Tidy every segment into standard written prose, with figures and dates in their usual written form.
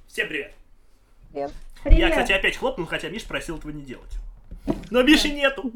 Всем привет! Привет. Я, кстати, опять хлопнул, хотя Миш просил этого не делать. Но Миши нету.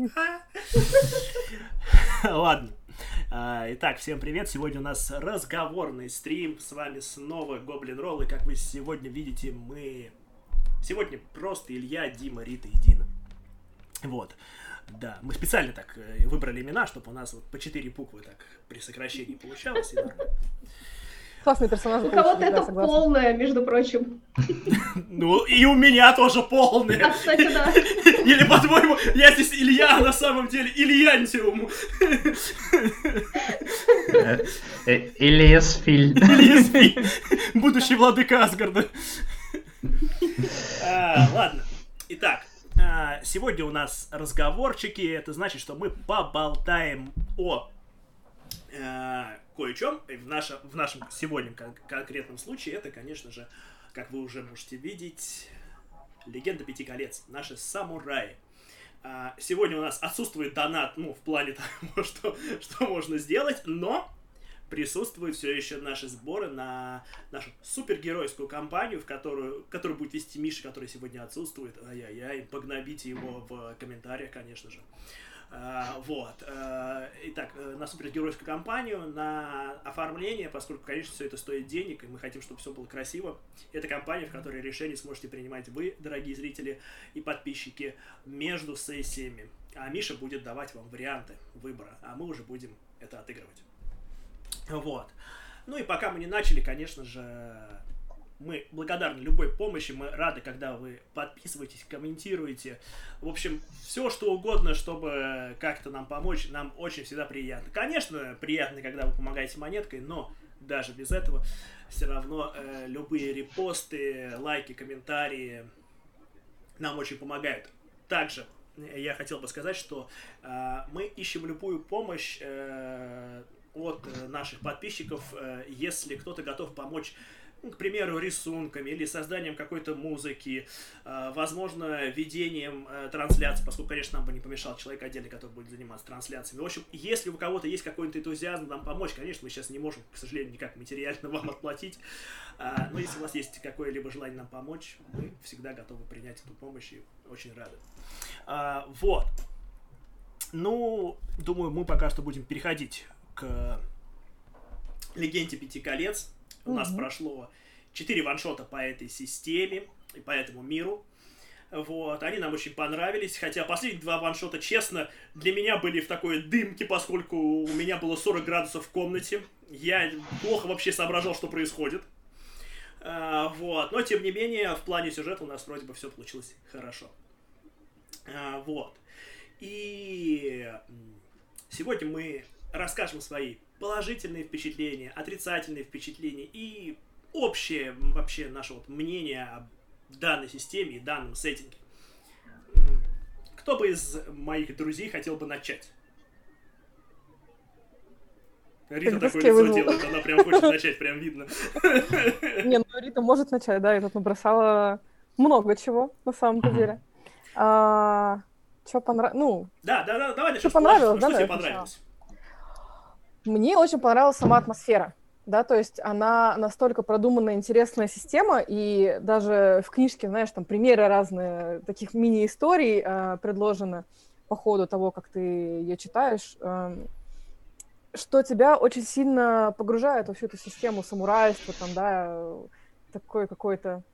Ладно. Итак, всем привет. Сегодня у нас разговорный стрим. С вами снова Гоблин Ролл. И как вы сегодня видите, мы... Сегодня просто Илья, Дима, Рита и Дина. Вот. Да, мы специально так выбрали имена, чтобы у нас вот по 4 буквы так при сокращении получалось. Классный персонаж. У кого-то это полное, между прочим. Ну, и у меня тоже полное. Кстати, да. Или, по-твоему, я здесь Илья, а на самом деле Ильянтиум. Ильясфиль. Ильясфиль. Будущий владыка Асгарда. Ладно. Итак, сегодня у нас разговорчики. Это значит, что мы поболтаем о... кое-чем. В нашем сегодня конкретном случае это, конечно же, как вы уже можете видеть, Легенда Пяти Колец. Наши самураи. Сегодня у нас отсутствует донат, в плане того, что можно сделать, но присутствуют все еще наши сборы на нашу супергеройскую кампанию, которую будет вести Миша, который сегодня отсутствует. Ай-яй-яй, погнобите его в комментариях, конечно же. Вот. Итак, на супергеройскую кампанию, на оформление, поскольку, конечно, все это стоит денег, и мы хотим, чтобы все было красиво. Это кампания, в которой решения сможете принимать вы, дорогие зрители и подписчики, между сессиями. А Миша будет давать вам варианты выбора, а мы уже будем это отыгрывать. Вот. Ну и пока мы не начали, конечно же, мы благодарны любой помощи, мы рады, когда вы подписываетесь, комментируете. В общем, все что угодно, чтобы как-то нам помочь, нам очень всегда приятно. Конечно, приятно, когда вы помогаете монеткой, но даже без этого все равно любые репосты, лайки, комментарии нам очень помогают. Также я хотел бы сказать, что мы ищем любую помощь от наших подписчиков, если кто-то готов помочь, к примеру, рисунками или созданием какой-то музыки, возможно, ведением трансляции, поскольку, конечно, нам бы не помешал человек отдельный, который будет заниматься трансляциями. В общем, если у кого-то есть какой-то энтузиазм нам помочь, конечно, мы сейчас не можем, к сожалению, никак материально вам отплатить, но если у вас есть какое-либо желание нам помочь, мы всегда готовы принять эту помощь и очень рады. Вот. Ну, думаю, мы пока что будем переходить к Легенде Пяти Колец. У нас прошло 4 ваншота по этой системе и по этому миру. Вот. Они нам очень понравились. Хотя последние 2 ваншота, честно, для меня были в такой дымке, поскольку у меня было 40 градусов в комнате. Я плохо вообще соображал, что происходит. Вот. Но, тем не менее, в плане сюжета у нас вроде бы все получилось хорошо. Вот. И сегодня мы расскажем свои положительные впечатления, отрицательные впечатления и общее вообще наше вот мнение о данной системе и данном сеттинге. Кто бы из моих друзей хотел бы начать? Рита такое лицо делает, она прям хочет начать, прям видно. Не, ну Рита может начать, да, я тут набросала много чего, на самом-то деле. Что понравилось? Да, давай начнем. Что тебе понравилось? Мне очень понравилась сама атмосфера, да, то есть она настолько продуманная, интересная система, и даже в книжке, знаешь, там примеры разные таких мини-историй предложены по ходу того, как ты ее читаешь, что тебя очень сильно погружает во всю эту систему самурайства, там, да, такой какой-то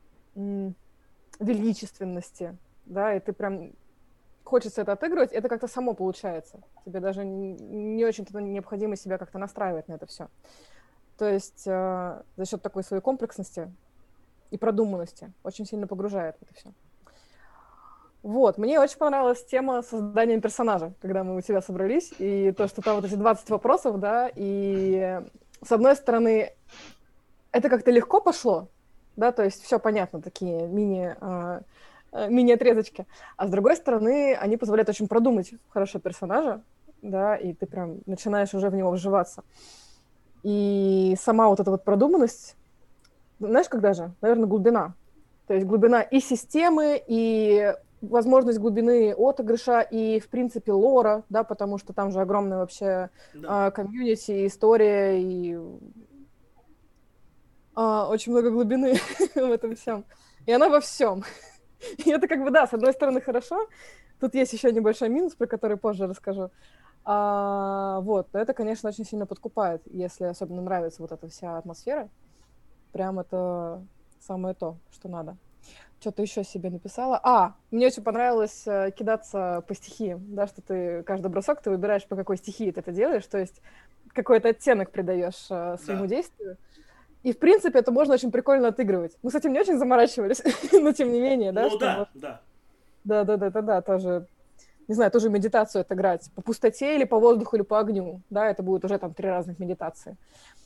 величественности, да, и ты прям... Хочется это отыгрывать, это как-то само получается. Тебе даже не очень-то необходимо себя как-то настраивать на это все. То есть за счет такой своей комплексности и продуманности очень сильно погружает в это все. Вот, мне очень понравилась тема создания персонажа, когда мы у тебя собрались, и то, что там вот эти 20 вопросов, да, и с одной стороны, это как-то легко пошло, да, то есть все понятно, такие мини-отрезочки. А с другой стороны, они позволяют очень продумать хорошо персонажа, да, и ты прям начинаешь уже в него вживаться. И сама вот эта вот продуманность, знаешь, когда же? Наверное, глубина. То есть глубина и системы, и возможность глубины отыгрыша, и, в принципе, лора, да, потому что там же огромная вообще комьюнити, история, и очень много глубины в этом всем. И она во всем. И это как бы, да, с одной стороны, хорошо. Тут есть еще небольшой минус, про который позже расскажу. Вот, это, конечно, очень сильно подкупает, если особенно нравится вот эта вся атмосфера. Прям это самое то, что надо. Что-то еще себе написала. Мне очень понравилось кидаться по стихиям, да, что ты каждый бросок ты выбираешь, по какой стихии ты это делаешь, то есть какой-то оттенок придаешь своему действию. И, в принципе, это можно очень прикольно отыгрывать. Мы с этим не очень заморачивались, но тем не менее, да? Ну да. Да, тоже, не знаю, тоже медитацию отыграть. По пустоте или по воздуху, или по огню, да, это будет уже там 3 разных медитации.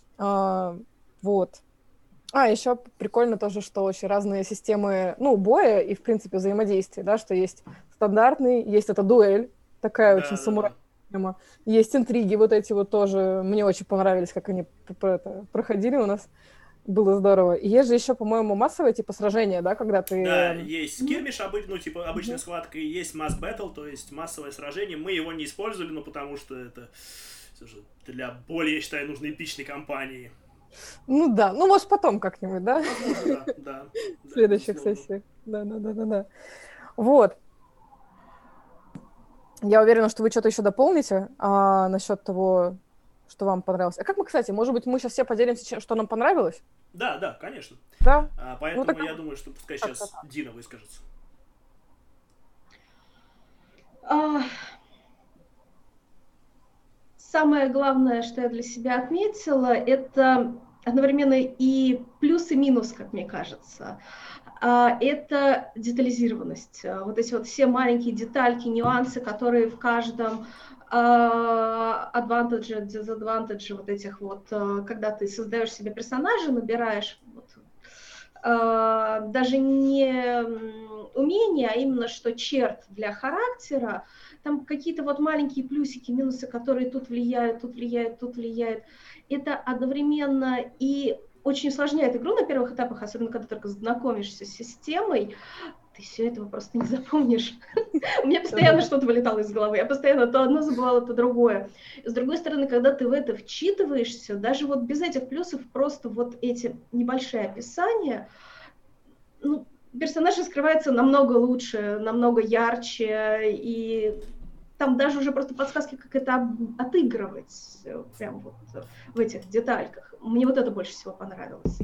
Вот. Еще прикольно тоже, что очень разные системы, боя и, в принципе, взаимодействия, да, что есть стандартный, есть эта дуэль, такая очень самурайская тема, есть интриги вот эти вот тоже, мне очень понравились, как они проходили у нас, было здорово. И есть же еще, по-моему, массовое типа сражение, да, когда ты... Да, есть скирмиш, обычная схватка, и есть масс баттл, то есть массовое сражение. Мы его не использовали, потому что это для более, я считаю, нужной эпичной кампании. Ну да, может потом как-нибудь, да? Да. В следующих сессиях. Да. Вот. Я уверена, что вы что-то еще дополните насчет того, что вам понравилось. А как мы, кстати, может быть, мы сейчас все поделимся, что нам понравилось? Да, конечно. Да? Поэтому я думаю, что пускай сейчас Дина выскажется. Самое главное, что я для себя отметила, это одновременно и плюс, и минус, как мне кажется. Это детализированность. Вот эти вот все маленькие детальки, нюансы, которые в каждом advantage, disadvantage, вот этих вот, когда ты создаешь себе персонажа, набираешь даже не умения, а именно что черт для характера, там какие-то вот маленькие плюсики, минусы, которые тут влияют. Это одновременно и очень усложняет игру на первых этапах, особенно когда только знакомишься с системой, ты все этого просто не запомнишь. У меня постоянно что-то вылетало из головы, я постоянно то одно забывала, то другое. С другой стороны, когда ты в это вчитываешься, даже вот без этих плюсов, просто вот эти небольшие описания, персонаж раскрывается намного лучше, намного ярче, и там даже уже просто подсказки, как это отыгрывать, прям вот в этих детальках. Мне вот это больше всего понравилось.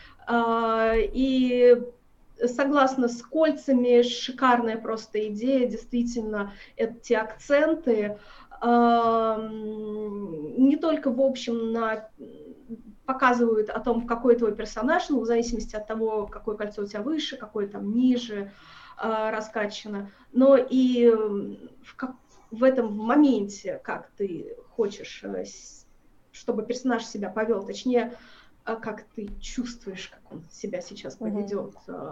И согласна с кольцами, шикарная просто идея, действительно, эти акценты не только, в общем, показывают о том, какой твой персонаж, в зависимости от того, какое кольцо у тебя выше, какое там ниже раскачано, но и в этом моменте, как ты хочешь, чтобы персонаж себя повел, точнее, как ты чувствуешь, как он себя сейчас поведет.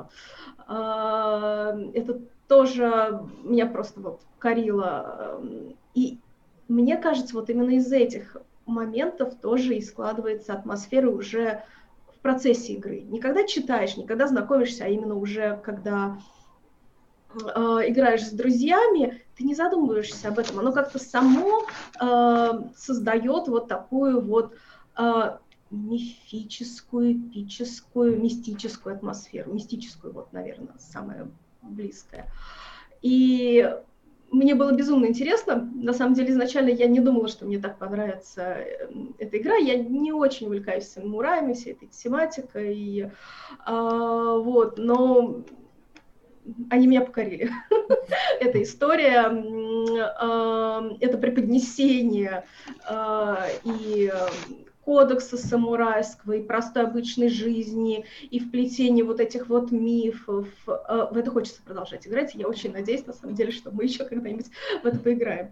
Это тоже меня просто вот корило. И мне кажется, вот именно из этих моментов тоже и складывается атмосфера уже в процессе игры. Не когда читаешь, не когда знакомишься, а именно уже когда играешь с друзьями, ты не задумываешься об этом. Оно как-то само создает вот такую вот мифическую, эпическую, мистическую атмосферу. Мистическую, вот, наверное, самое близкое. И мне было безумно интересно. На самом деле, изначально я не думала, что мне так понравится эта игра. Я не очень увлекаюсь самураями, всей этой тематикой. Вот, но они меня покорили. Эта история, это преподнесение и кодекса самурайского, и простой обычной жизни, и вплетение вот этих вот мифов. В это хочется продолжать играть. Я очень надеюсь, на самом деле, что мы еще когда-нибудь в это поиграем.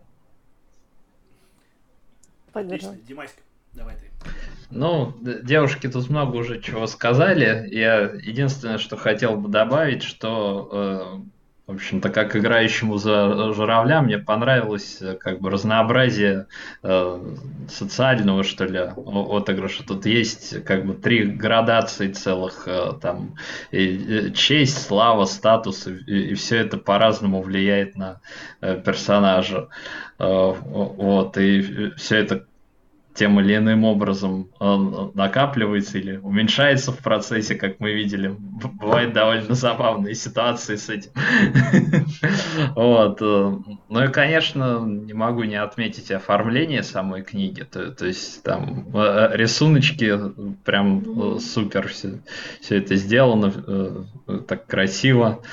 Отлично. Димаська, давай ты. Девушки тут много уже чего сказали. Я единственное, что хотел бы добавить, что, в общем-то, как играющему за журавля, мне понравилось как бы разнообразие социального, что ли, отыгрыша. Тут есть как бы 3 градации целых, там, и честь, слава, статус, и все это по-разному влияет на персонажа. Вот, и все это тем или иным образом накапливается или уменьшается в процессе, как мы видели. Бывают довольно забавные ситуации с этим. Вот. Ну и, конечно, не могу не отметить оформление самой книги. То есть там рисуночки прям супер все это сделано, так красиво.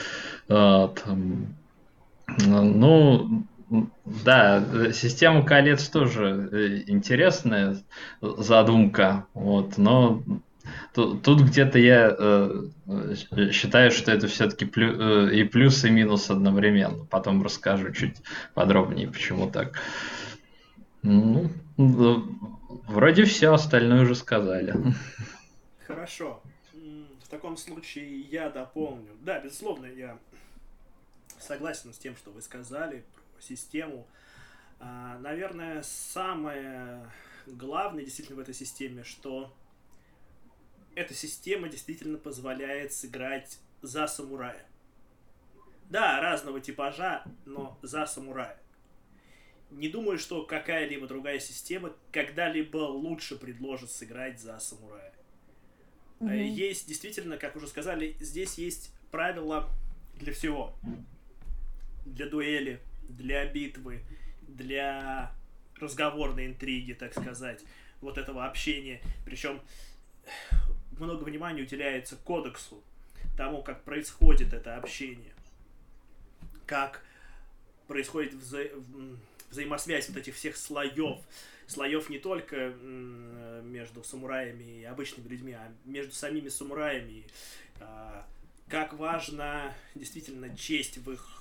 Ну, да, «Система колец» тоже интересная задумка, вот, но тут где-то я считаю, что это все-таки и плюс, и минус одновременно. Потом расскажу чуть подробнее, почему так. Ну, вроде все, остальное уже сказали. Хорошо. В таком случае я дополню. Да, безусловно, я согласен с тем, что вы сказали про систему. Наверное, самое главное действительно в этой системе, что эта система действительно позволяет сыграть за самурая. Да, разного типажа, но за самурая. Не думаю, что какая-либо другая система когда-либо лучше предложит сыграть за самурая. Есть действительно, как уже сказали, здесь есть правила для всего. Для дуэли, для битвы, для разговорной интриги, так сказать, вот этого общения. Причем много внимания уделяется кодексу, тому, как происходит это общение, как происходит взаимосвязь вот этих всех слоев не только между самураями и обычными людьми, а между самими самураями. Как важна действительно честь в их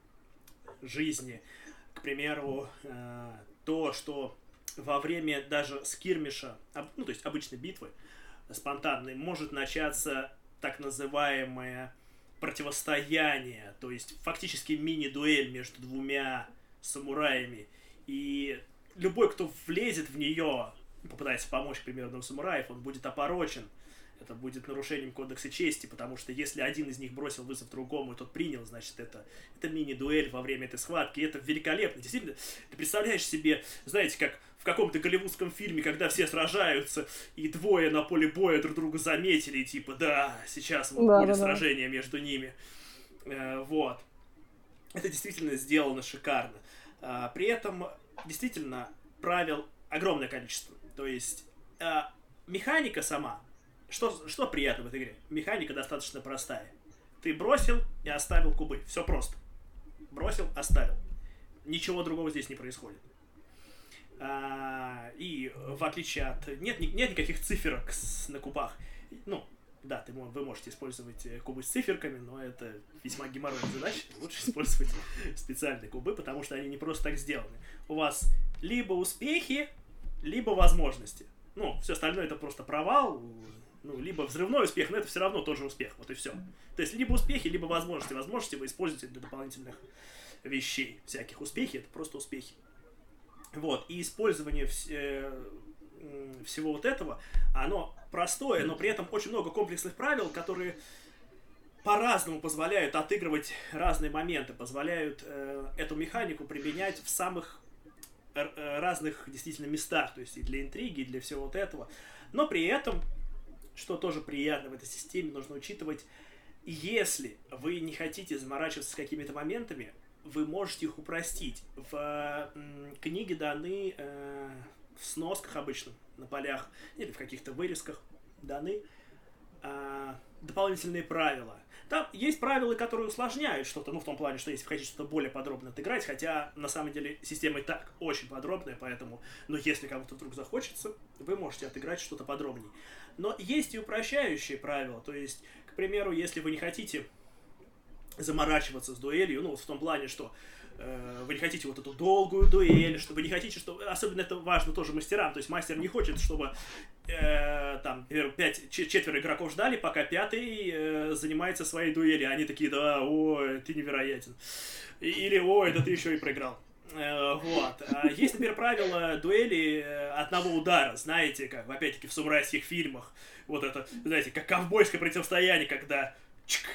жизни. К примеру, то, что во время даже скирмиша, ну, то есть обычной битвы, спонтанной, может начаться так называемое противостояние, то есть фактически мини-дуэль между двумя самураями. И любой, кто влезет в нее, попытается помочь, к примеру, самураев, он будет опорочен. Это будет нарушением кодекса чести, потому что если один из них бросил вызов другому, и тот принял, значит, это мини-дуэль во время этой схватки. И это великолепно. Действительно, ты представляешь себе, знаете, как в каком-то голливудском фильме, когда все сражаются, и двое на поле боя друг друга заметили, и типа, да, сейчас вот будет сражение между ними. Вот. Это действительно сделано шикарно. При этом, действительно, правил огромное количество. То есть, механика сама. Что приятно в этой игре? Механика достаточно простая. Ты бросил и оставил кубы. Все просто. Бросил, оставил. Ничего другого здесь не происходит. И в отличие от... Нет никаких циферок на кубах. Ну, да, вы можете использовать кубы с циферками, но это весьма геморройная задача. Лучше использовать специальные кубы, потому что они не просто так сделаны. У вас либо успехи, либо возможности. Ну, все остальное это просто провал. Ну, либо взрывной успех, но это все равно тот же успех. Вот и все. То есть, либо успехи, либо возможности. Возможности вы используете для дополнительных вещей. Всяких успехи — это просто успехи. Вот. И использование всего вот этого, оно простое, но при этом очень много комплексных правил, которые по-разному позволяют отыгрывать разные моменты, позволяют эту механику применять в самых разных действительно местах. То есть и для интриги, и для всего вот этого. Но при этом... Что тоже приятно в этой системе, нужно учитывать, если вы не хотите заморачиваться с какими-то моментами, вы можете их упростить. В книге даны в сносках обычно, на полях, или в каких-то вырезках даны дополнительные правила. Там есть правила, которые усложняют что-то, ну, в том плане, что если вы хотите что-то более подробно отыграть, хотя, на самом деле, система и так очень подробная, поэтому, ну, если кому-то вдруг захочется, вы можете отыграть что-то подробнее. Но есть и упрощающие правила, то есть, к примеру, если вы не хотите заморачиваться с дуэлью, ну, в том плане, что вы не хотите вот эту долгую дуэль, что вы не хотите, что... Особенно это важно тоже мастерам, то есть мастер не хочет, чтобы там, например, 4 игроков ждали, пока 5-й занимается своей дуэлью, они такие, да, ой, ты невероятен. Или, ой, да ты еще и проиграл. Вот. Есть, например, правило дуэли одного удара, знаете, как, опять-таки, в самурайских фильмах, вот это, знаете, как ковбойское противостояние, когда чик,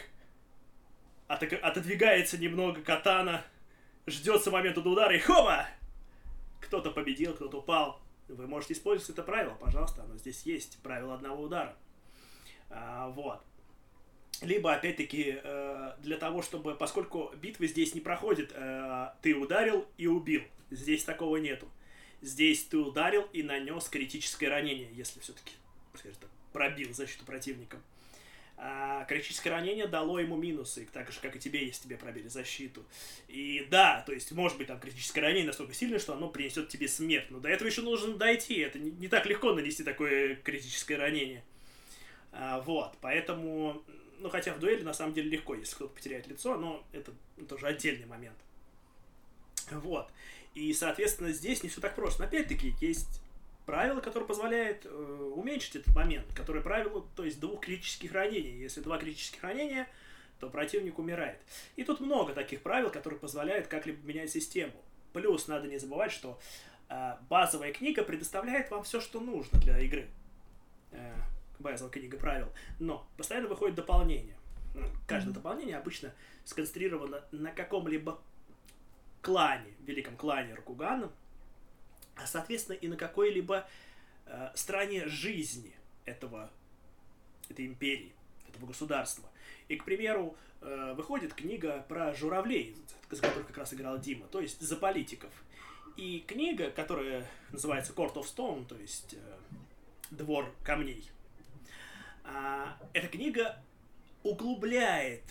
отодвигается немного катана, ждется момента до удара, и хоба! Кто-то победил, кто-то упал. вы можете использовать это правило, пожалуйста, оно здесь есть, правило одного удара. Вот. Либо, опять-таки, для того, чтобы, поскольку битвы здесь не проходят, ты ударил и убил. Здесь такого нету. Здесь ты ударил и нанес критическое ранение, если все-таки, скажем так, пробил защиту противника. Критическое ранение дало ему минусы, так же, как и тебе, если тебе пробили защиту. И да, то есть, может быть, там критическое ранение настолько сильное, что оно принесет тебе смерть. Но до этого еще нужно дойти. Это не так легко нанести такое критическое ранение. Вот, поэтому... Ну, хотя в дуэли, на самом деле, легко, если кто-то потеряет лицо, но это тоже отдельный момент. Вот. И, соответственно, здесь не все так просто. Но, опять-таки, есть правило, которое позволяет уменьшить этот момент. Которое правило, то есть 2 критических ранений. Если 2 критических ранения, то противник умирает. И тут много таких правил, которые позволяют как-либо менять систему. Плюс надо не забывать, что базовая книга предоставляет вам все, что нужно для игры. Базовая книга правил. Но постоянно выходит дополнение. Каждое дополнение обычно сконцентрировано на каком-либо клане, великом клане Рокугана, а, соответственно, и на какой-либо стране жизни этой империи, этого государства. И, к примеру, выходит книга про журавлей, с которой как раз играл Дима, то есть за политиков. И книга, которая называется Court of Stone, то есть двор камней, эта книга углубляет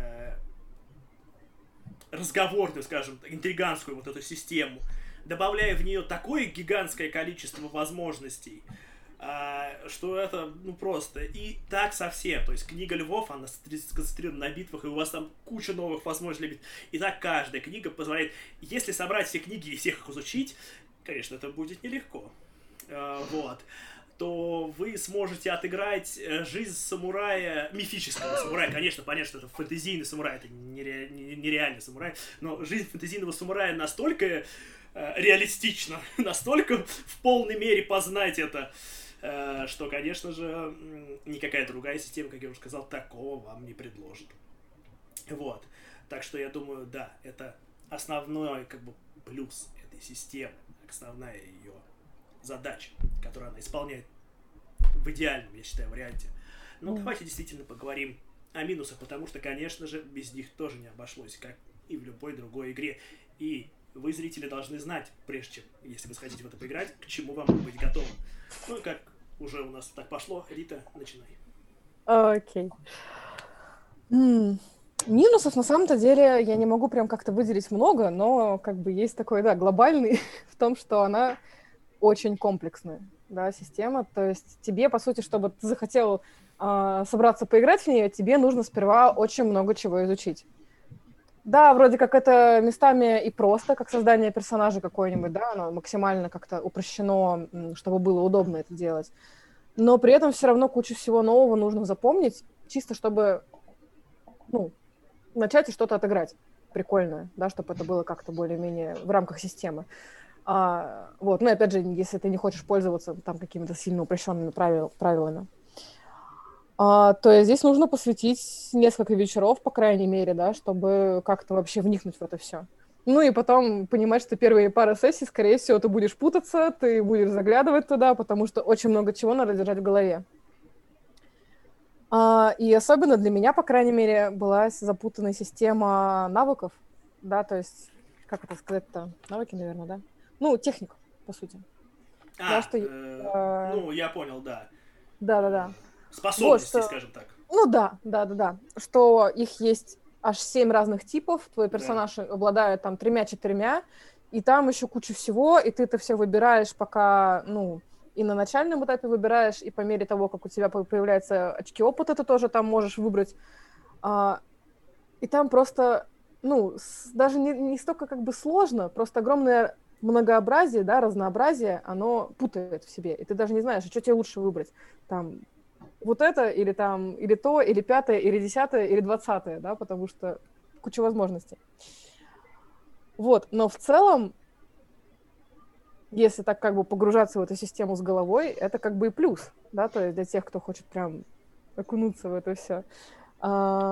разговорную, скажем, интриганскую вот эту систему, добавляя в нее такое гигантское количество возможностей, что это, ну, просто. И так совсем. То есть книга львов, она сконцентрирована на битвах, и у вас там куча новых возможностей для битв. И так каждая книга позволяет, если собрать все книги и всех их изучить, конечно, это будет нелегко. Вот. То вы сможете отыграть жизнь самурая, мифического самурая. Конечно, понятно, что это фэнтезийный самурай, это нереальный самурай, но жизнь фэнтезийного самурая настолько реалистична, настолько в полной мере познать это, что, конечно же, никакая другая система, как я уже сказал, такого вам не предложит. Вот. Так что я думаю, да, это основной, как бы, плюс этой системы, основная ее задача, которую она исполняет в идеальном, я считаю, варианте. Но давайте действительно поговорим о минусах, потому что, конечно же, без них тоже не обошлось, как и в любой другой игре. И вы, зрители, должны знать, прежде чем, если вы хотите в это поиграть, к чему вам быть готовым. Ну, как уже у нас так пошло, Рита, начинай. Окей. Минусов, на самом-то деле, я не могу прям как-то выделить много, но как бы есть такой, да, глобальный в том, что она очень комплексная, да, система. То есть тебе, по сути, чтобы ты захотел собраться поиграть в нее, тебе нужно сперва очень много чего изучить. Да, вроде как это местами и просто, как создание персонажа какой-нибудь, да, оно максимально как-то упрощено, чтобы было удобно это делать. Но при этом все равно кучу всего нового нужно запомнить, чисто чтобы, ну, начать и что-то отыграть прикольное, да, чтобы это было как-то более-менее в рамках системы. Вот, ну и опять же, если ты не хочешь пользоваться там какими-то сильно упрощенными правилами. То есть здесь нужно посвятить несколько вечеров, по крайней мере, да, чтобы как-то вообще вникнуть в это все. Ну и потом понимать, что первые пары сессий, скорее всего, ты будешь путаться, ты будешь заглядывать туда, потому что очень много чего надо держать в голове. И особенно для меня, по крайней мере, была запутанная система навыков, да, то есть, как это сказать-то, навыки, наверное, да? Ну, техник, по сути. Ну, я понял, да. Да-да-да. Способности, вот, скажем так. Ну да. Что их есть аж 7 разных типов, твой персонаж обладает там 3-4, и там еще куча всего, и ты это все выбираешь, пока, ну, и на начальном этапе выбираешь, и по мере того, как у тебя появляются очки опыта, ты тоже там можешь выбрать. И там просто, ну, даже не столько как бы сложно, просто огромное многообразие, да, разнообразие, оно путает в себе, и ты даже не знаешь, что тебе лучше выбрать. Там вот это, или там, или то, или 5-е, или 10-е, или 20-е, да, потому что куча возможностей. Вот, но в целом, если так как бы погружаться в эту систему с головой, это как бы и плюс, да, то есть для тех, кто хочет прям окунуться в это все.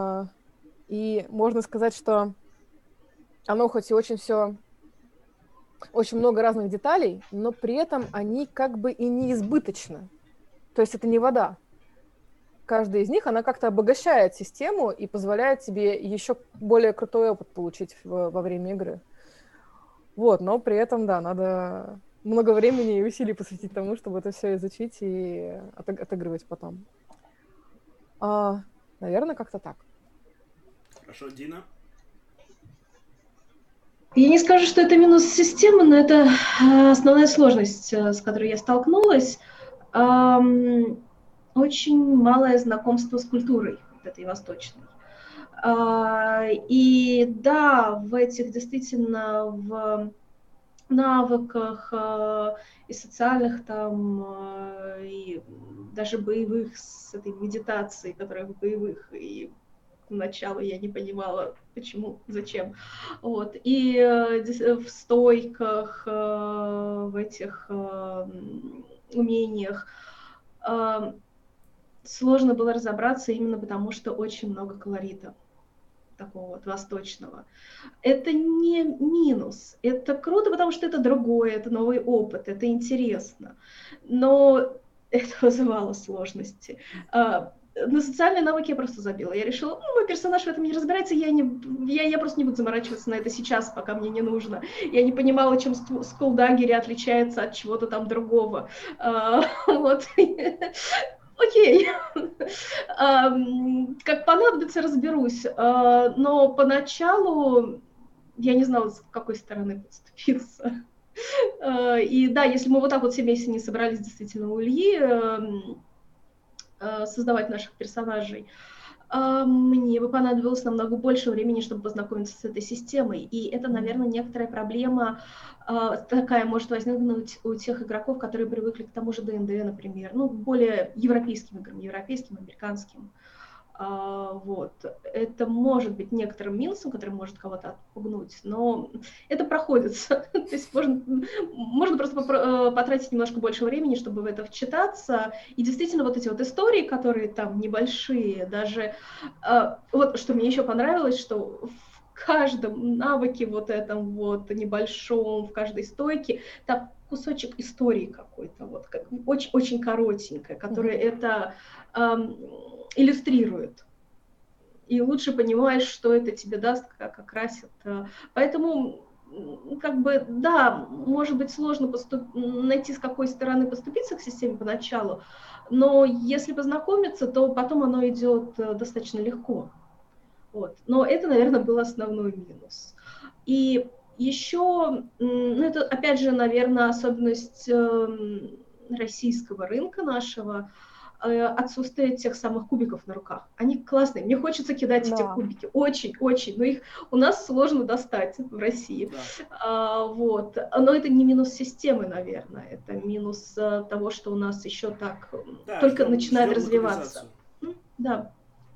И можно сказать, что оно хоть и очень все очень много разных деталей, но при этом они как бы и не избыточны. То есть это не вода. Каждая из них, она как-то обогащает систему и позволяет тебе еще более крутой опыт получить во время игры. Вот, но при этом, да, надо много времени и усилий посвятить тому, чтобы это все изучить и отыгрывать потом. Наверное, как-то так. Хорошо, Дина? Я не скажу, что это минус системы, но это основная сложность, с которой я столкнулась. Очень малое знакомство с культурой вот этой восточной. И да, в этих действительно в навыках и социальных там, и даже боевых, с этой медитацией, которая в боевых, и поначалу я не понимала, почему, зачем. Вот. И в стойках, в этих умениях сложно было разобраться именно потому, что очень много колорита такого вот восточного. Это не минус, это круто, потому что это другое, это новый опыт, это интересно, но это вызывало сложности. На социальные навыки я просто забила. Я решила, мой персонаж в этом не разбирается, я просто не буду заморачиваться на это сейчас, пока мне не нужно. Я не понимала, чем скулдагери отличается от чего-то там другого. Вот. Окей, как понадобится, разберусь. Но поначалу я не знала, с какой стороны подступиться. И да, если мы вот так вот все вместе не собрались действительно у Ильи создавать наших персонажей, мне бы понадобилось намного больше времени, чтобы познакомиться с этой системой. И это, наверное, некоторая проблема такая может возникнуть у тех игроков, которые привыкли к тому же ДНД, например, ну, более европейским играм, европейским, американским. Вот. Это может быть некоторым минусом, который может кого-то отпугнуть, но это проходится. То есть можно просто потратить немножко больше времени, чтобы в это вчитаться. И действительно вот эти вот истории, которые там небольшие, даже... Вот что мне еще понравилось, что в каждом навыке вот этом вот небольшом, в каждой стойке, там кусочек истории какой-то, вот, очень, очень коротенькая, которая это иллюстрирует. И лучше понимаешь, что это тебе даст, как окрасит. Поэтому, как бы, да, может быть сложно найти, с какой стороны поступиться к системе поначалу, но если познакомиться, то потом оно идет достаточно легко. Вот. Но это, наверное, был основной минус. И еще, ну, это, опять же, наверное, особенность российского рынка нашего, отсутствие тех самых кубиков на руках. Они классные, мне хочется кидать эти кубики, очень-очень, но их у нас сложно достать в России. Вот. Но это не минус системы, наверное, это минус того, что у нас еще так только начинает развиваться. Да.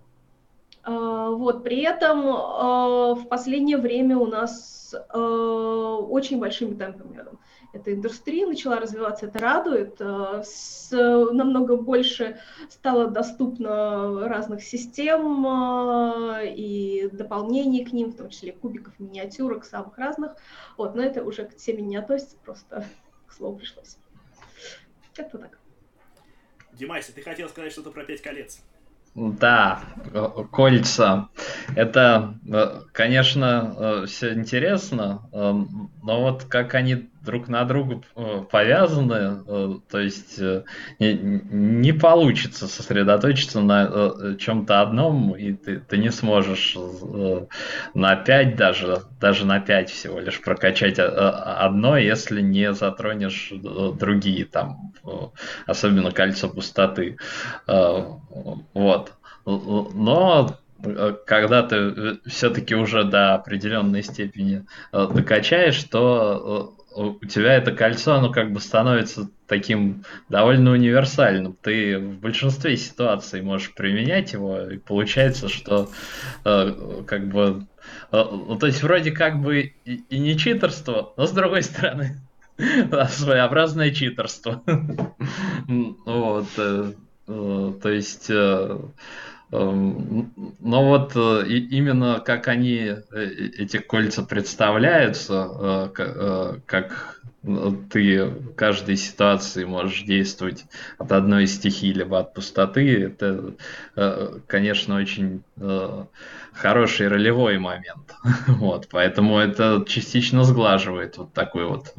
Вот. При этом в последнее время у нас очень большими темпами эта индустрия начала развиваться, это радует. Намного больше стало доступно разных систем и дополнений к ним, в том числе кубиков, миниатюрок, самых разных. Вот. Но это уже к теме не относится, просто к слову пришлось. Как-то так. Димайся, ты хотел сказать что-то про 5 колец. Да, кольца. Это, конечно, все интересно, но вот как они друг на друга повязаны, то есть не получится сосредоточиться на чем-то одном, и ты не сможешь на 5 даже на 5 всего лишь прокачать одно, если не затронешь другие, там, особенно кольцо пустоты. Вот. Но когда ты все-таки уже до определенной степени докачаешь, то у тебя это кольцо, оно как бы становится таким довольно универсальным. Ты в большинстве ситуаций можешь применять его, и получается, что как бы... то есть вроде как бы и не читерство, но с другой стороны своеобразное читерство. Вот. То есть... Но вот именно как они, эти кольца представляются, как ты в каждой ситуации можешь действовать от одной стихии либо от пустоты, это, конечно, очень хороший ролевой момент. Вот, поэтому это частично сглаживает вот такую вот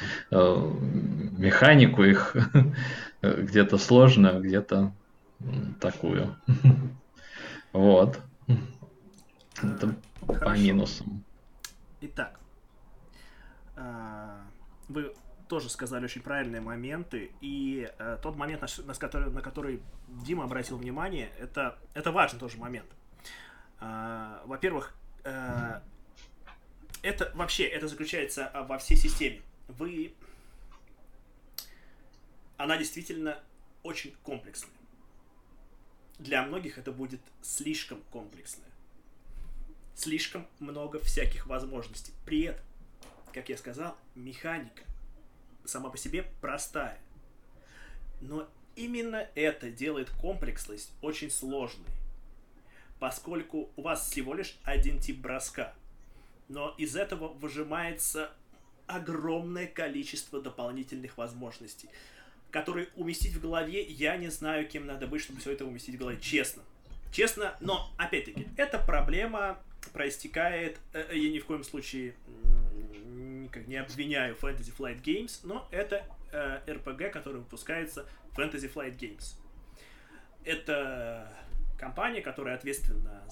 механику их, где-то сложную, где-то такую. Вот. Это по минусам. Итак, вы тоже сказали очень правильные моменты, и тот момент, на который Дима обратил внимание, это важный тоже момент. Во-первых, это заключается во всей системе. Она действительно очень комплексная. Для многих это будет слишком комплексно. Слишком много всяких возможностей. При этом, как я сказал, механика сама по себе простая. Но именно это делает комплексность очень сложной. Поскольку у вас всего лишь один тип броска. Но из этого выжимается огромное количество дополнительных возможностей, которые уместить в голове, я не знаю, кем надо быть, чтобы все это уместить в голове. Честно, но, опять-таки, эта проблема проистекает, я ни в коем случае никак не обвиняю Fantasy Flight Games, но это RPG, который выпускается Fantasy Flight Games. Это компания, которая ответственна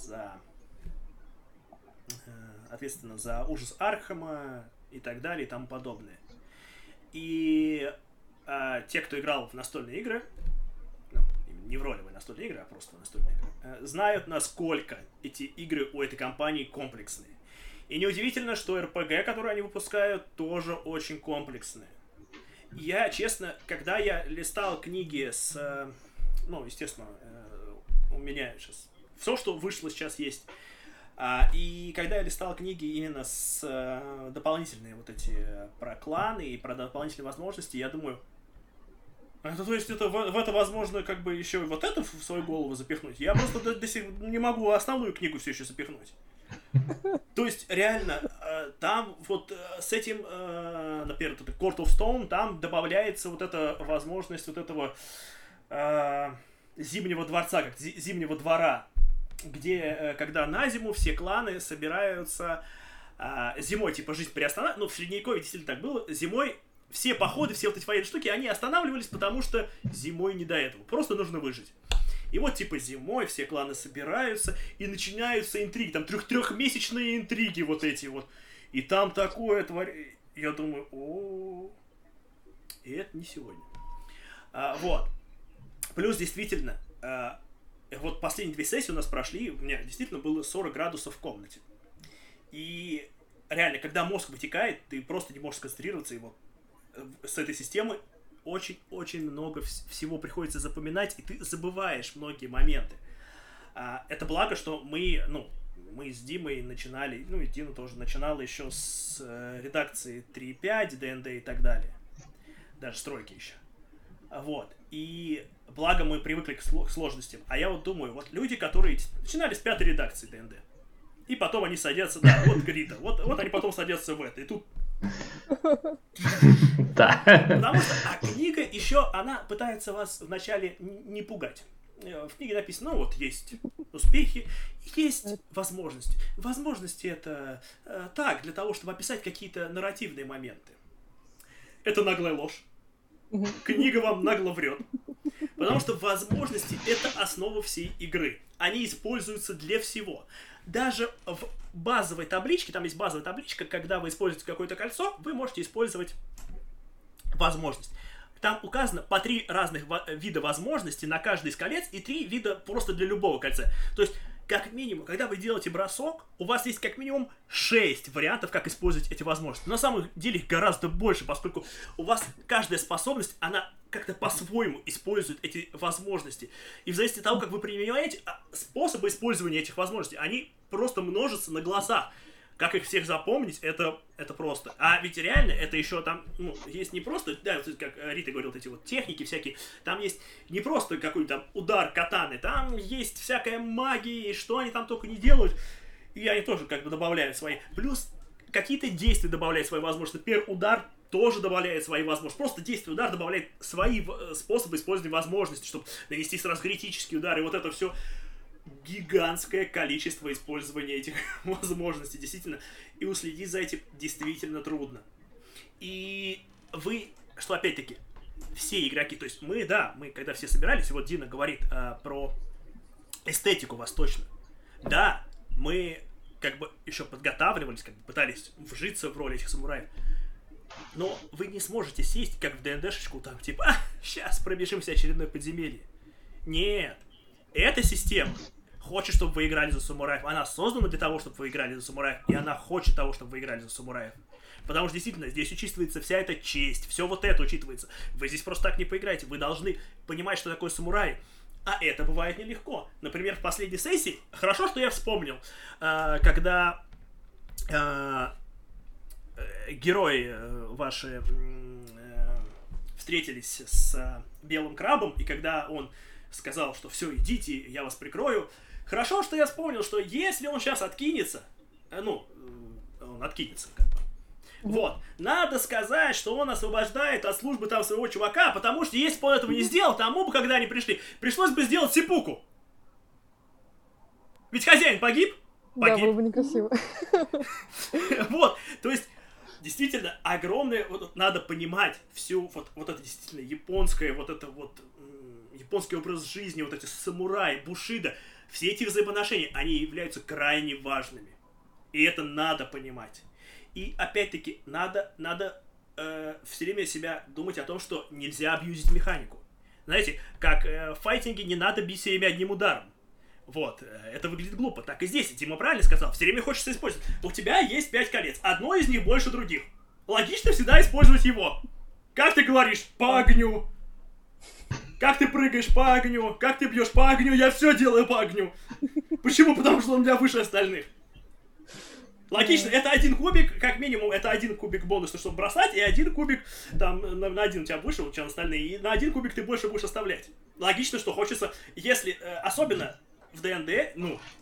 за ужас Аркхема и так далее и тому подобное. И те, кто играл в настольные игры, не в ролевые настольные игры, а просто настольные игры, знают, насколько эти игры у этой компании комплексные. И неудивительно, что RPG, которые они выпускают, тоже очень комплексные. Я, честно, когда я листал книги естественно, у меня сейчас все, что вышло сейчас есть. И когда я листал книги именно с дополнительные вот эти про кланы и про дополнительные возможности, я думаю, то есть это в это возможно как бы еще вот это в свою голову запихнуть. Я просто до сих пор не могу основную книгу все еще запихнуть. То есть реально там вот с этим, например, вот Court of Stone, там добавляется вот эта возможность вот этого зимнего дворца, как зимнего двора, где, когда на зиму все кланы собираются зимой, типа, жизнь приостанавливается. Ну, в Средневековье действительно так было. Зимой все походы, все вот эти военные штуки, они останавливались, потому что зимой не до этого. Просто нужно выжить. И вот, типа, зимой все кланы собираются, и начинаются интриги. Там трехмесячные интриги вот эти вот. И там такое творение. Я думаю, и это не сегодня. Вот. Плюс, действительно, вот последние 2 сессии у нас прошли, у меня действительно было 40 градусов в комнате. И реально, когда мозг вытекает, ты просто не можешь сконцентрироваться, и вот с этой системой очень-очень много всего приходится запоминать, и ты забываешь многие моменты. Это благо, что мы с Димой начинали, и Дина тоже начинала еще с редакции 3.5, ДНД и так далее. Даже стройки еще. Вот. И благо мы привыкли к сложностям. А я вот думаю, вот люди, которые начинали с 5-й редакции ДНД, и потом они садятся, вот Грита, вот они потом садятся в это, и тут... Да. Потому что книга еще, она пытается вас вначале не пугать. В книге написано, вот есть успехи, есть возможности. Возможности это так, для того, чтобы описать какие-то нарративные моменты. Это наглая ложь. Книга вам нагло врет. Потому что возможности — это основа всей игры. Они используются для всего. Даже в базовой табличке, там есть базовая табличка, когда вы используете какое-то кольцо, вы можете использовать возможность. Там указано по 3 разных вида возможностей на каждый из колец и 3 вида просто для любого кольца. То есть, как минимум, когда вы делаете бросок, у вас есть как минимум 6 вариантов, как использовать эти возможности. Но на самом деле их гораздо больше, поскольку у вас каждая способность, она как-то по-своему использует эти возможности. И в зависимости от того, как вы применяете способы использования этих возможностей, они просто множатся на глазах. Как их всех запомнить, это просто. А ведь реально это еще там, есть не просто, да, как Рита говорила, вот эти вот техники всякие, там есть не просто какой-то там удар катаны, там есть всякая магия, и что они там только не делают, и они тоже как бы добавляют свои. Плюс какие-то действия добавляют свои возможности. Например, удар тоже добавляет свои возможности. Просто действие удар добавляет свои способы использования возможностей, чтобы нанести сразу критический удар, и вот это все гигантское количество использования этих возможностей, действительно, и уследить за этим действительно трудно. И вы, что опять-таки, все игроки, то есть мы когда все собирались, и вот Дина говорит про эстетику восточную, да, мы как бы еще подготавливались, как бы пытались вжиться в роль этих самураев, но вы не сможете сесть, как в ДНДшечку, там, типа, сейчас пробежимся очередное подземелье. Нет. Эта система хочет, чтобы вы играли за самураев. Она создана для того, чтобы вы играли за самураев. И она хочет того, чтобы вы играли за самураев. Потому что, действительно, здесь учитывается вся эта честь. Все вот это учитывается. Вы здесь просто так не поиграете. Вы должны понимать, что такое самурай. А это бывает нелегко. Например, в последней сессии, хорошо, что я вспомнил, когда герои ваши встретились с белым крабом, и когда он сказал, что все, идите, я вас прикрою. Хорошо, что я вспомнил, что если он сейчас откинется, он откинется, как бы. Вот, надо сказать, что он освобождает от службы там своего чувака, потому что если бы он этого не сделал, тому бы, когда они пришли, пришлось бы сделать сипуку. Ведь хозяин погиб? Да, было бы некрасиво. Вот, то есть, действительно, огромное, вот надо понимать всю, вот это действительно японское, вот это вот японский образ жизни, вот эти самураи, бушидо, все эти взаимоотношения, они являются крайне важными. И это надо понимать. И опять-таки, надо все время себя думать о том, что нельзя абьюзить механику. Знаете, как в файтинге не надо бить все время одним ударом. Вот, это выглядит глупо. Так и здесь, Дима правильно сказал, все время хочется использовать. У тебя есть 5 колец, одно из них больше других. Логично всегда использовать его. Как ты говоришь? По огню. Как ты прыгаешь? По огню. Как ты бьешь? По огню. Я все делаю по огню. Почему? Потому что он у меня выше остальных. Логично, это один кубик, как минимум, это один кубик бонуса, чтобы бросать, и один кубик, там, на один у тебя выше, чем остальные, и на один кубик ты больше будешь оставлять. Логично, что хочется, если, особенно в ДНД,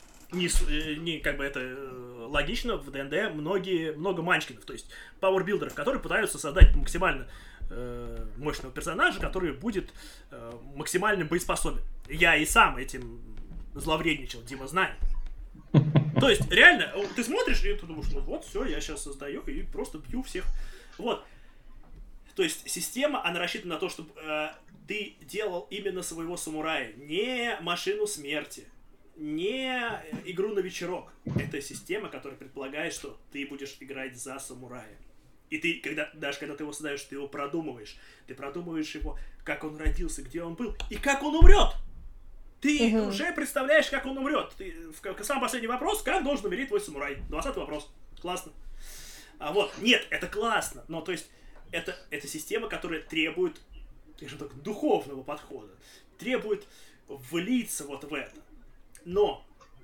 не как бы это логично, в ДНД много манчкинов, то есть пауэрбилдеров, которые пытаются создать максимально мощного персонажа, который будет максимально боеспособен. Я и сам этим зловредничал, Дима знает. То есть, реально, ты смотришь, и ты думаешь, ну вот, все, я сейчас создаю и просто бью всех. Вот. То есть, система, она рассчитана на то, чтобы ты делал именно своего самурая. Не машину смерти, не игру на вечерок. Это система, которая предполагает, что ты будешь играть за самурая. И ты, даже когда ты его создаешь, ты его продумываешь. Ты продумываешь его, как он родился, где он был и как он умрет. Ты уже представляешь, как он умрет. Самый последний вопрос, как должен умереть твой самурай? 20-й вопрос. Классно. Вот. Нет, это классно. Но, то есть, это система, которая требует, скажем так, духовного подхода. Требует влиться вот в это. Но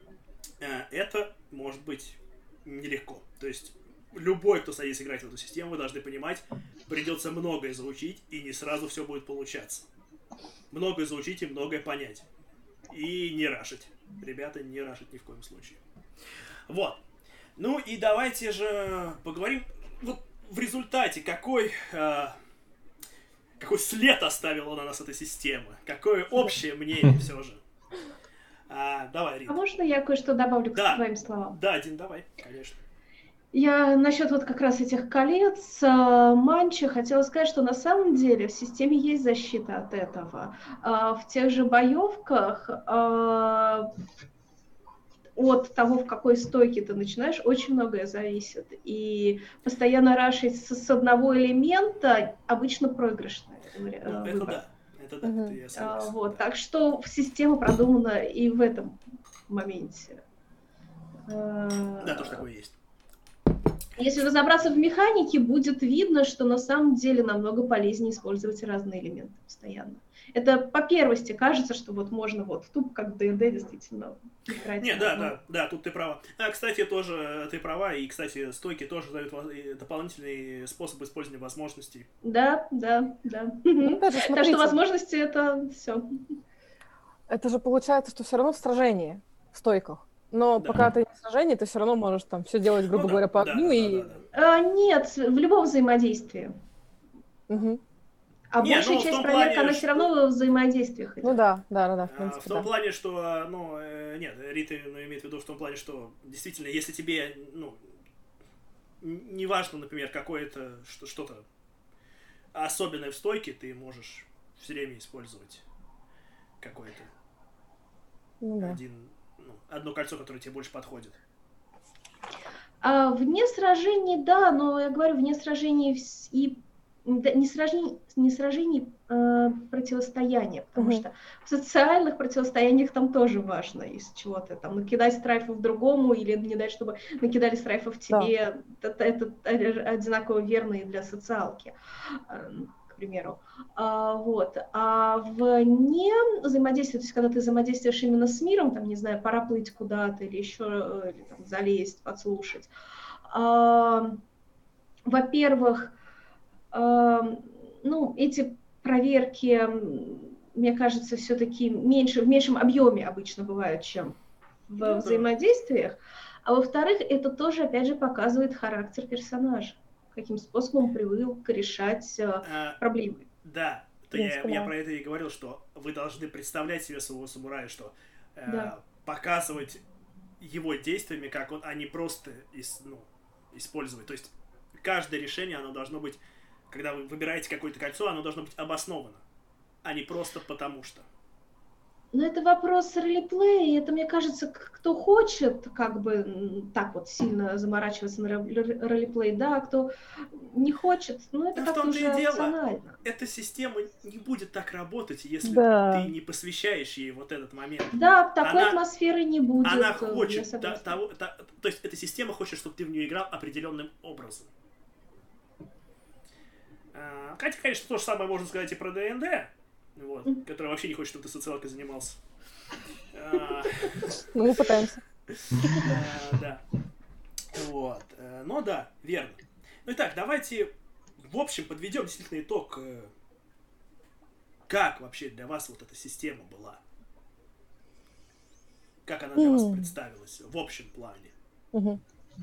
это может быть нелегко. То есть, любой, кто садится играть в эту систему, вы должны понимать, придется многое заучить, и не сразу все будет получаться. Многое заучить и многое понять. И не рашить. Ребята, не рашить ни в коем случае. Вот. Ну и давайте же поговорим вот в результате, какой след оставила на нас эта система. Какое общее мнение все же. Давай, Рита. А можно я кое-что добавлю к твоим словам? Да, Дин, давай, конечно. Я насчет вот как раз этих колец, манчи, хотела сказать, что на самом деле в системе есть защита от этого. В тех же боевках от того, в какой стойке ты начинаешь, очень многое зависит. И постоянно рашить с одного элемента обычно проигрышная выбор. Это да, я согласен. Вот, так что система продумана и в этом моменте. Да, тоже такое есть. Если разобраться в механике, будет видно, что на самом деле намного полезнее использовать разные элементы постоянно. Это по первости кажется, что вот можно вот тупо как в ДНД действительно играть. Не, да, тут ты права. Кстати, тоже ты права, и, кстати, стойки тоже дают дополнительный способ использования возможностей. Да. Ну, опять же, Так смотрите, что возможности это все. это же получается, что все равно в сражении, в стойках. Но Да. пока ты не в сражении, ты все равно можешь там все делать, грубо говоря, по огню и... Нет, в любом взаимодействии. Мгм. А Не, большая ну, в часть том проверки, плане, она что- все равно во взаимодействиях идет. Ну да, в В принципе, том да. плане, что, нет, Рита имеет в виду в том плане, что действительно, если тебе, не важно, например, какое-то что-то особенное в стойке, ты можешь все время использовать какое-то Ну да. одно кольцо, которое тебе больше подходит. А вне сражений, да, но я говорю, вне сражений и не сражений, противостояния, потому Мгм. что в социальных противостояниях там тоже важно, из чего-то там накидать страйфов другому или не дать, чтобы накидали страйфов тебе, это одинаково верно и для социалки, к примеру. Вот. А вне взаимодействия, то есть когда ты взаимодействуешь именно с миром, там, не знаю, пора плыть куда-то или еще или, там, залезть, подслушать, во-первых, эти проверки, мне кажется, все-таки в меньшем объеме обычно бывают, чем в да. взаимодействиях. А во-вторых, это тоже, опять же, показывает характер персонажа, каким способом он привык решать проблемы. Да, я про это и говорил, что вы должны представлять себе своего самурая, что Да. показывать его действиями, как он, а не просто использовать. То есть каждое решение, оно должно быть, когда вы выбираете какое-то кольцо, оно должно быть обосновано, а не просто потому что. Но это вопрос ролеплея, и это, мне кажется, кто хочет как бы так вот сильно заморачиваться на ролеплей, да, а кто не хочет, это Да, в как-то том-то уже и дело. опционально. Эта система не будет так работать, если Да. ты не посвящаешь ей вот этот момент. Да, такой Она- атмосферы не будет. Она я хочет согласна. того, то есть эта система хочет, чтобы ты в нее играл определенным образом. Хотя, конечно, то же самое можно сказать и про ДНД, который вообще не хочет, чтобы ты социалкой занимался. Ну, мы пытаемся. Да. Вот. Но да, верно. Итак, давайте в общем подведем действительно итог. Как вообще для вас вот эта система была? Как она для вас представилась в общем плане? Мгм.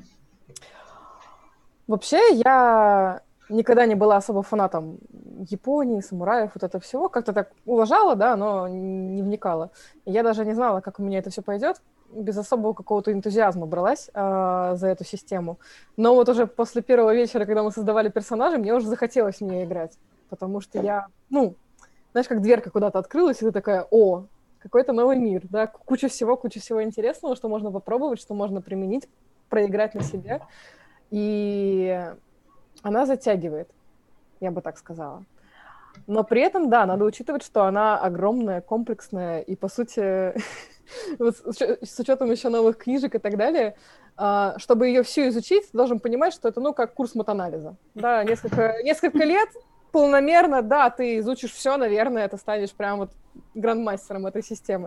Вообще, я никогда не была особо фанатом Японии, самураев, вот это всего. Как-то так уважала, да, но не вникала. Я даже не знала, как у меня это все пойдет. Без особого какого-то энтузиазма бралась за эту систему. Но вот уже после первого вечера, когда мы создавали персонажей, мне уже захотелось в нее играть. Потому что я, знаешь, как дверка куда-то открылась, и ты такая, какой-то новый мир, да, куча всего интересного, что можно попробовать, что можно применить, проиграть на себе. И она затягивает, я бы так сказала. Но при этом, да, надо учитывать, что она огромная, комплексная, и, по сути, вот с учетом еще новых книжек и так далее, чтобы ее всю изучить, ты должен понимать, что это, как курс матанализа. Да, несколько лет полномерно, да, ты изучишь все, наверное, ты станешь прям вот грандмастером этой системы.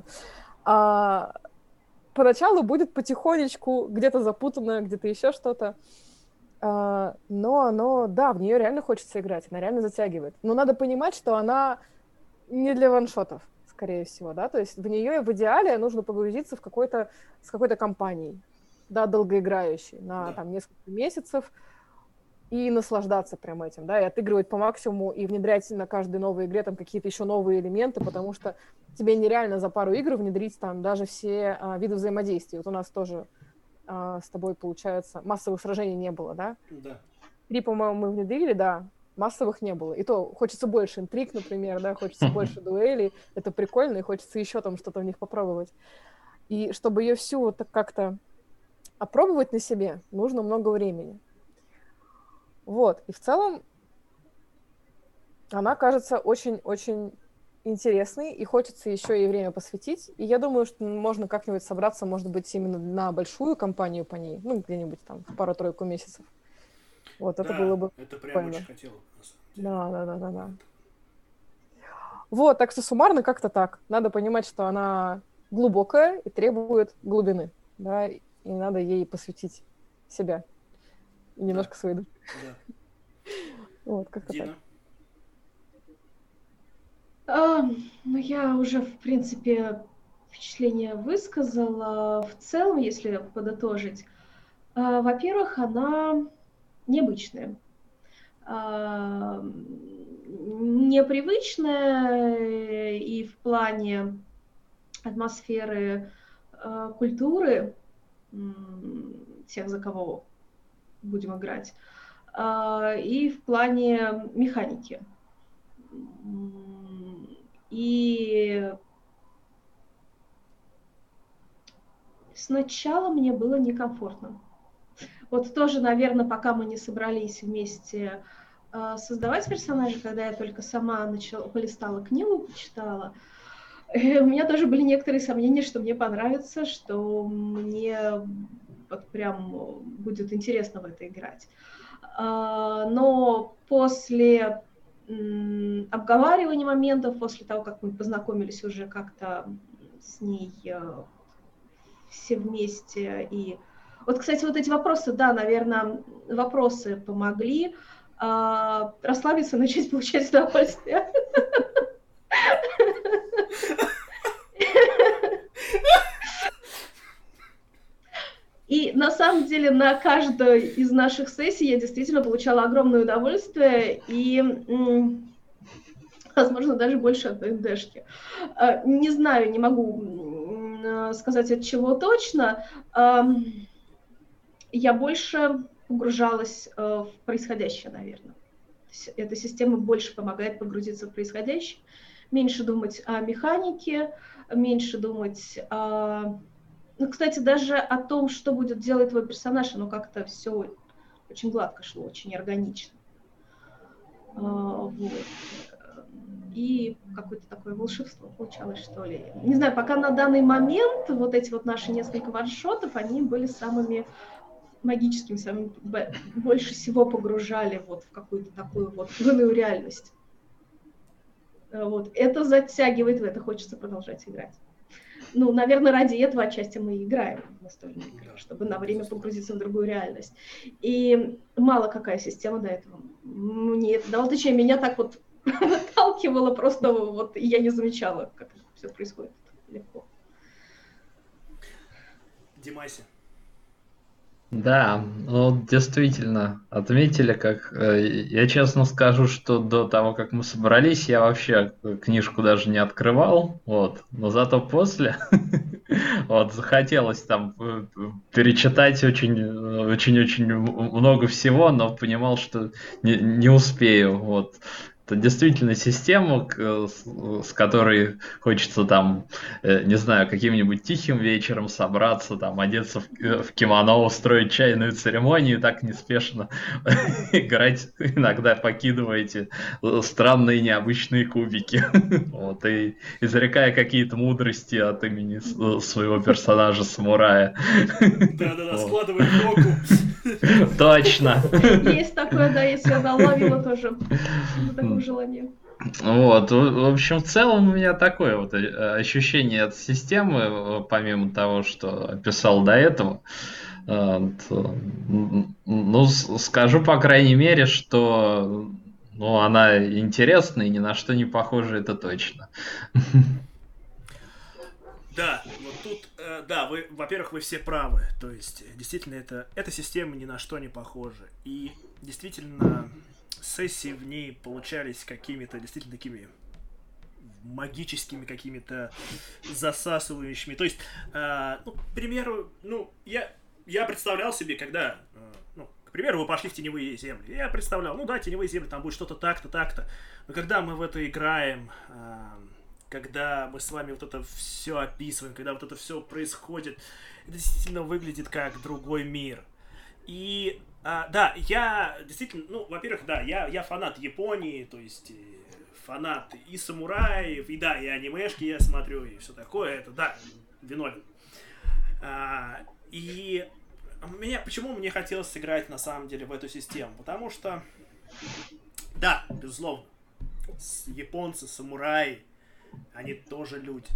Поначалу будет потихонечку, где-то запутанно, где-то еще что-то. Но да, в нее реально хочется играть, она реально затягивает. Но надо понимать, что она не для ваншотов, скорее всего, да, то есть в нее в идеале нужно погрузиться с какой-то компанией, да, долгоиграющей, на там несколько месяцев, и наслаждаться прям этим, да, и отыгрывать по максимуму, и внедрять на каждой новой игре там какие-то еще новые элементы, потому что тебе нереально за пару игр внедрить там даже все виды взаимодействия. Вот у нас тоже с тобой, получается, массовых сражений не было, да? Да. 3, по-моему, мы внедрили, да, массовых не было. И то хочется больше интриг, например, да, хочется больше дуэлей, это прикольно, и хочется еще там что-то в них попробовать. И чтобы ее всю вот так как-то опробовать на себе, нужно много времени. Вот, и в целом она кажется очень-очень интересный, и хочется еще и время посвятить. И я думаю, что можно как-нибудь собраться, может быть, именно на большую кампанию по ней, где-нибудь там в пару-тройку месяцев. Вот это Да, было бы это прям прикольно. очень хотела бы, на самом деле. Да. Вот, так что суммарно как-то так. Надо понимать, что она глубокая и требует глубины, да, и надо ей посвятить себя и немножко своей души. Да. Вот, как-то так. Дина? Ну, я уже, в принципе, впечатление высказала. В целом, если подытожить, во-первых, она необычная. Непривычная и в плане атмосферы, культуры тех, за кого будем играть, и в плане механики. И сначала мне было некомфортно. Вот тоже, наверное, пока мы не собрались вместе создавать персонажа, когда я только сама полистала книгу, почитала, у меня тоже были некоторые сомнения, что мне понравится, что мне вот прям будет интересно в это играть. Но после обговаривания моментов, после того, как мы познакомились уже как-то с ней все вместе. И вот, кстати, вот эти вопросы, да, наверное, вопросы помогли расслабиться, начать получать удовольствие. И на самом деле на каждой из наших сессий я действительно получала огромное удовольствие и, возможно, даже больше от ДНДшки. Не знаю, не могу сказать, от чего точно. Я больше погружалась в происходящее, наверное. Эта система больше помогает погрузиться в происходящее, меньше думать о механике, меньше думать о... Ну, кстати, даже о том, что будет делать твой персонаж, оно как-то все очень гладко шло, очень органично. Вот. И какое-то такое волшебство получалось, что ли. Не знаю, пока на данный момент вот эти вот наши несколько ваншотов, они были самыми магическими, самыми больше всего погружали вот в какую-то такую вот иную реальность. Вот. Это затягивает, в это хочется продолжать играть. Ну, наверное, ради этого отчасти мы и играем в настольные игры, чтобы на время погрузиться в другую реальность. И мало какая система до этого мне это дала. Точнее, меня так вот выталкивало, просто вот я не замечала, как это все происходит легко. Димаси. Да, ну действительно, отметили, как я честно скажу, что до того, как мы собрались, я вообще книжку даже не открывал, вот, но зато после вот захотелось там перечитать очень много всего, но понимал, что не успею, вот. Это действительно система, с которой хочется там, не знаю, каким-нибудь тихим вечером собраться, там, одеться в кимоно, устроить чайную церемонию и так неспешно играть, иногда покидывая эти странные необычные кубики. Вот, и изрекая какие-то мудрости от имени своего персонажа-самурая. Да-да-да, складывай руку. Точно. Есть такое, да, если я доловила тоже такое желание. Вот, в общем, в целом у меня такое вот ощущение от системы, помимо того, что описал до этого. Ну, скажу, по крайней мере, что она интересна и ни на что не похожа, это точно. Да, вот тут, да, вы, во-первых, вы все правы. То есть, действительно, эта система ни на что не похожа. И действительно, сессии в ней получались какими-то действительно такими магическими, какими-то засасывающими. То есть, к примеру, я представлял себе, когда, к примеру, вы пошли в теневые земли. Я представлял, теневые земли, там будет что-то так-то, так-то. Но когда мы в это играем, когда мы с вами вот это все описываем, когда вот это все происходит, это действительно выглядит как другой мир. И, да, я действительно, во-первых, да, я фанат Японии, то есть фанат и самураев, и да, и анимешки я смотрю, и все такое, это, да, виновен. И Почему мне хотелось сыграть, на самом деле, в эту систему? Потому что, да, безусловно, японцы, самураи, они тоже люди.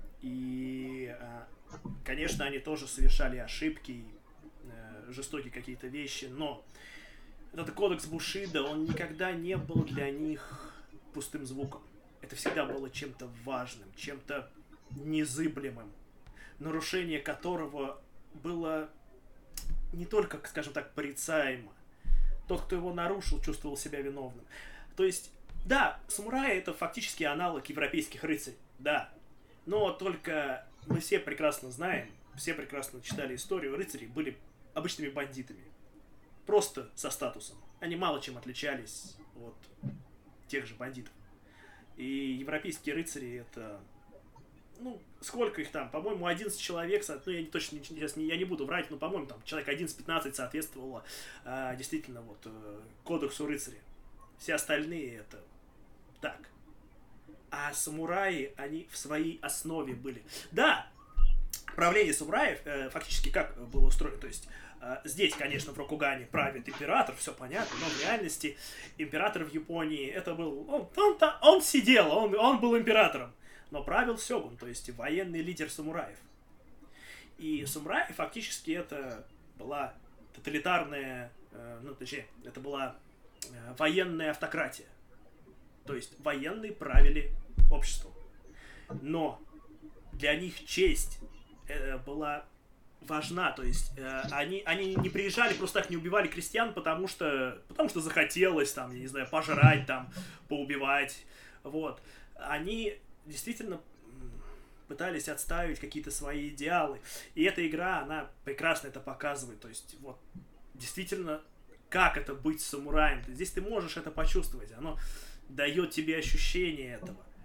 И, конечно, они тоже совершали ошибки, жестокие какие-то вещи, но этот кодекс Бушидо, он никогда не был для них пустым звуком. Это всегда было чем-то важным, чем-то незыблемым, нарушение которого было не только, скажем так, порицаемо. Тот, кто его нарушил, чувствовал себя виновным. То есть, да, самураи — это фактически аналог европейских рыцарей, да. Но только мы все прекрасно знаем, все прекрасно читали историю, рыцари были обычными бандитами. Просто со статусом. Они мало чем отличались от тех же бандитов. И европейские рыцари — это... Ну, сколько их там? По-моему, 11 человек, ну, я точно сейчас я не буду врать, но, по-моему, там человек 11-15 соответствовало действительно вот кодексу рыцаря. Все остальные это так. А самураи, они в своей основе были. Да, правление самураев фактически как было устроено? То есть здесь, конечно, в Рокугане правит император, все понятно, но в реальности император в Японии это был... Он сидел, он был императором. Но правил сёгун, то есть военный лидер самураев. И самураи фактически это была тоталитарная, ну точнее, это была военная автократия. То есть военные правили обществом. Но для них честь была важна, то есть они не приезжали, просто так не убивали крестьян, потому что захотелось там, я не знаю, пожрать там, поубивать, вот. Они действительно пытались отстаивать какие-то свои идеалы. И эта игра, она прекрасно это показывает. То есть, вот, действительно, как это быть самураем. Здесь ты можешь это почувствовать. Оно дает тебе ощущение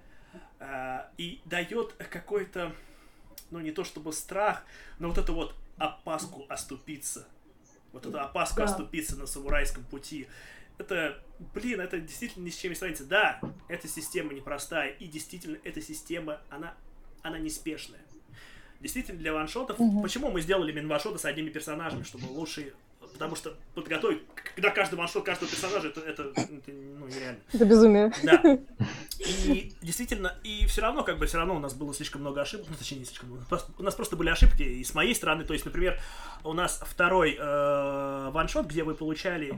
этого. И дает какой-то, ну, не то чтобы страх, но вот эту вот опаску оступиться. Вот эту опаску оступиться на самурайском пути. Это, это действительно ни с чем не сравнится. Да, эта система непростая, и действительно эта система, она неспешная. Действительно, для ваншотов... Почему мы сделали именно ваншоты с одними персонажами, чтобы лучше... Потому что подготовить... Когда каждый ваншот каждого персонажа, это ну, нереально. Это безумие. Да. И действительно, и все равно у нас было слишком много ошибок. Ну, точнее, не слишком много. У нас просто были ошибки и с моей стороны. То есть, например, у нас второй ваншот, где вы получили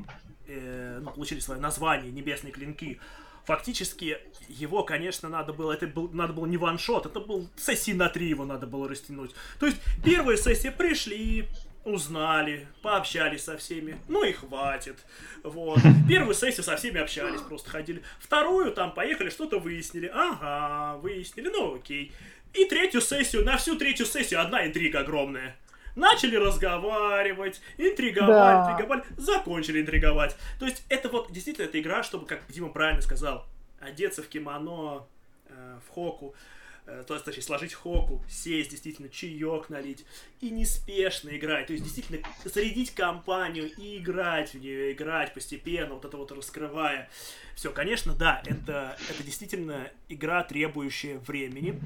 свое название «Небесные клинки». Фактически его, конечно, надо было не ваншот, это был сессии на 3 его надо было растянуть. То есть первая сессия пришли, узнали, пообщались со всеми, ну и хватит. Вот. Первую сессию со всеми общались, просто ходили. Вторую там поехали, что-то выяснили. Ага, выяснили, ну окей. И третью сессию, на всю третью сессию одна интрига огромная. Начали разговаривать, интриговали, закончили интриговать. То есть это вот действительно эта игра, чтобы, как Дима правильно сказал, одеться в кимоно, в хоку, то есть, точнее, сложить хоку, сесть, действительно, чаек налить и неспешно играть. То есть, действительно, зарядить компанию и играть в нее, играть постепенно, вот это вот раскрывая. Все, конечно, да, это действительно игра, требующая времени.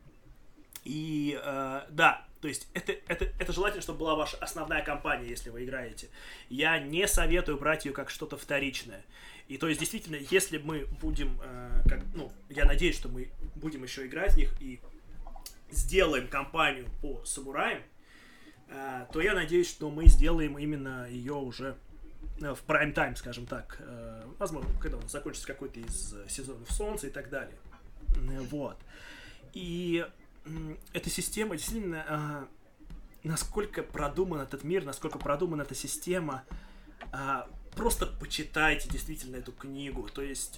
И, да, то есть это желательно, чтобы была ваша основная кампания, если вы играете. Я не советую брать ее как что-то вторичное. И то есть, действительно, если мы будем, я надеюсь, что мы будем еще играть в них и сделаем кампанию по самураям, то я надеюсь, что мы сделаем именно ее уже в прайм-тайм, скажем так. Возможно, когда у нас закончится какой-то из сезонов солнца и так далее. Вот. И эта система действительно, насколько продуман этот мир, насколько продумана эта система, просто почитайте действительно эту книгу. То есть,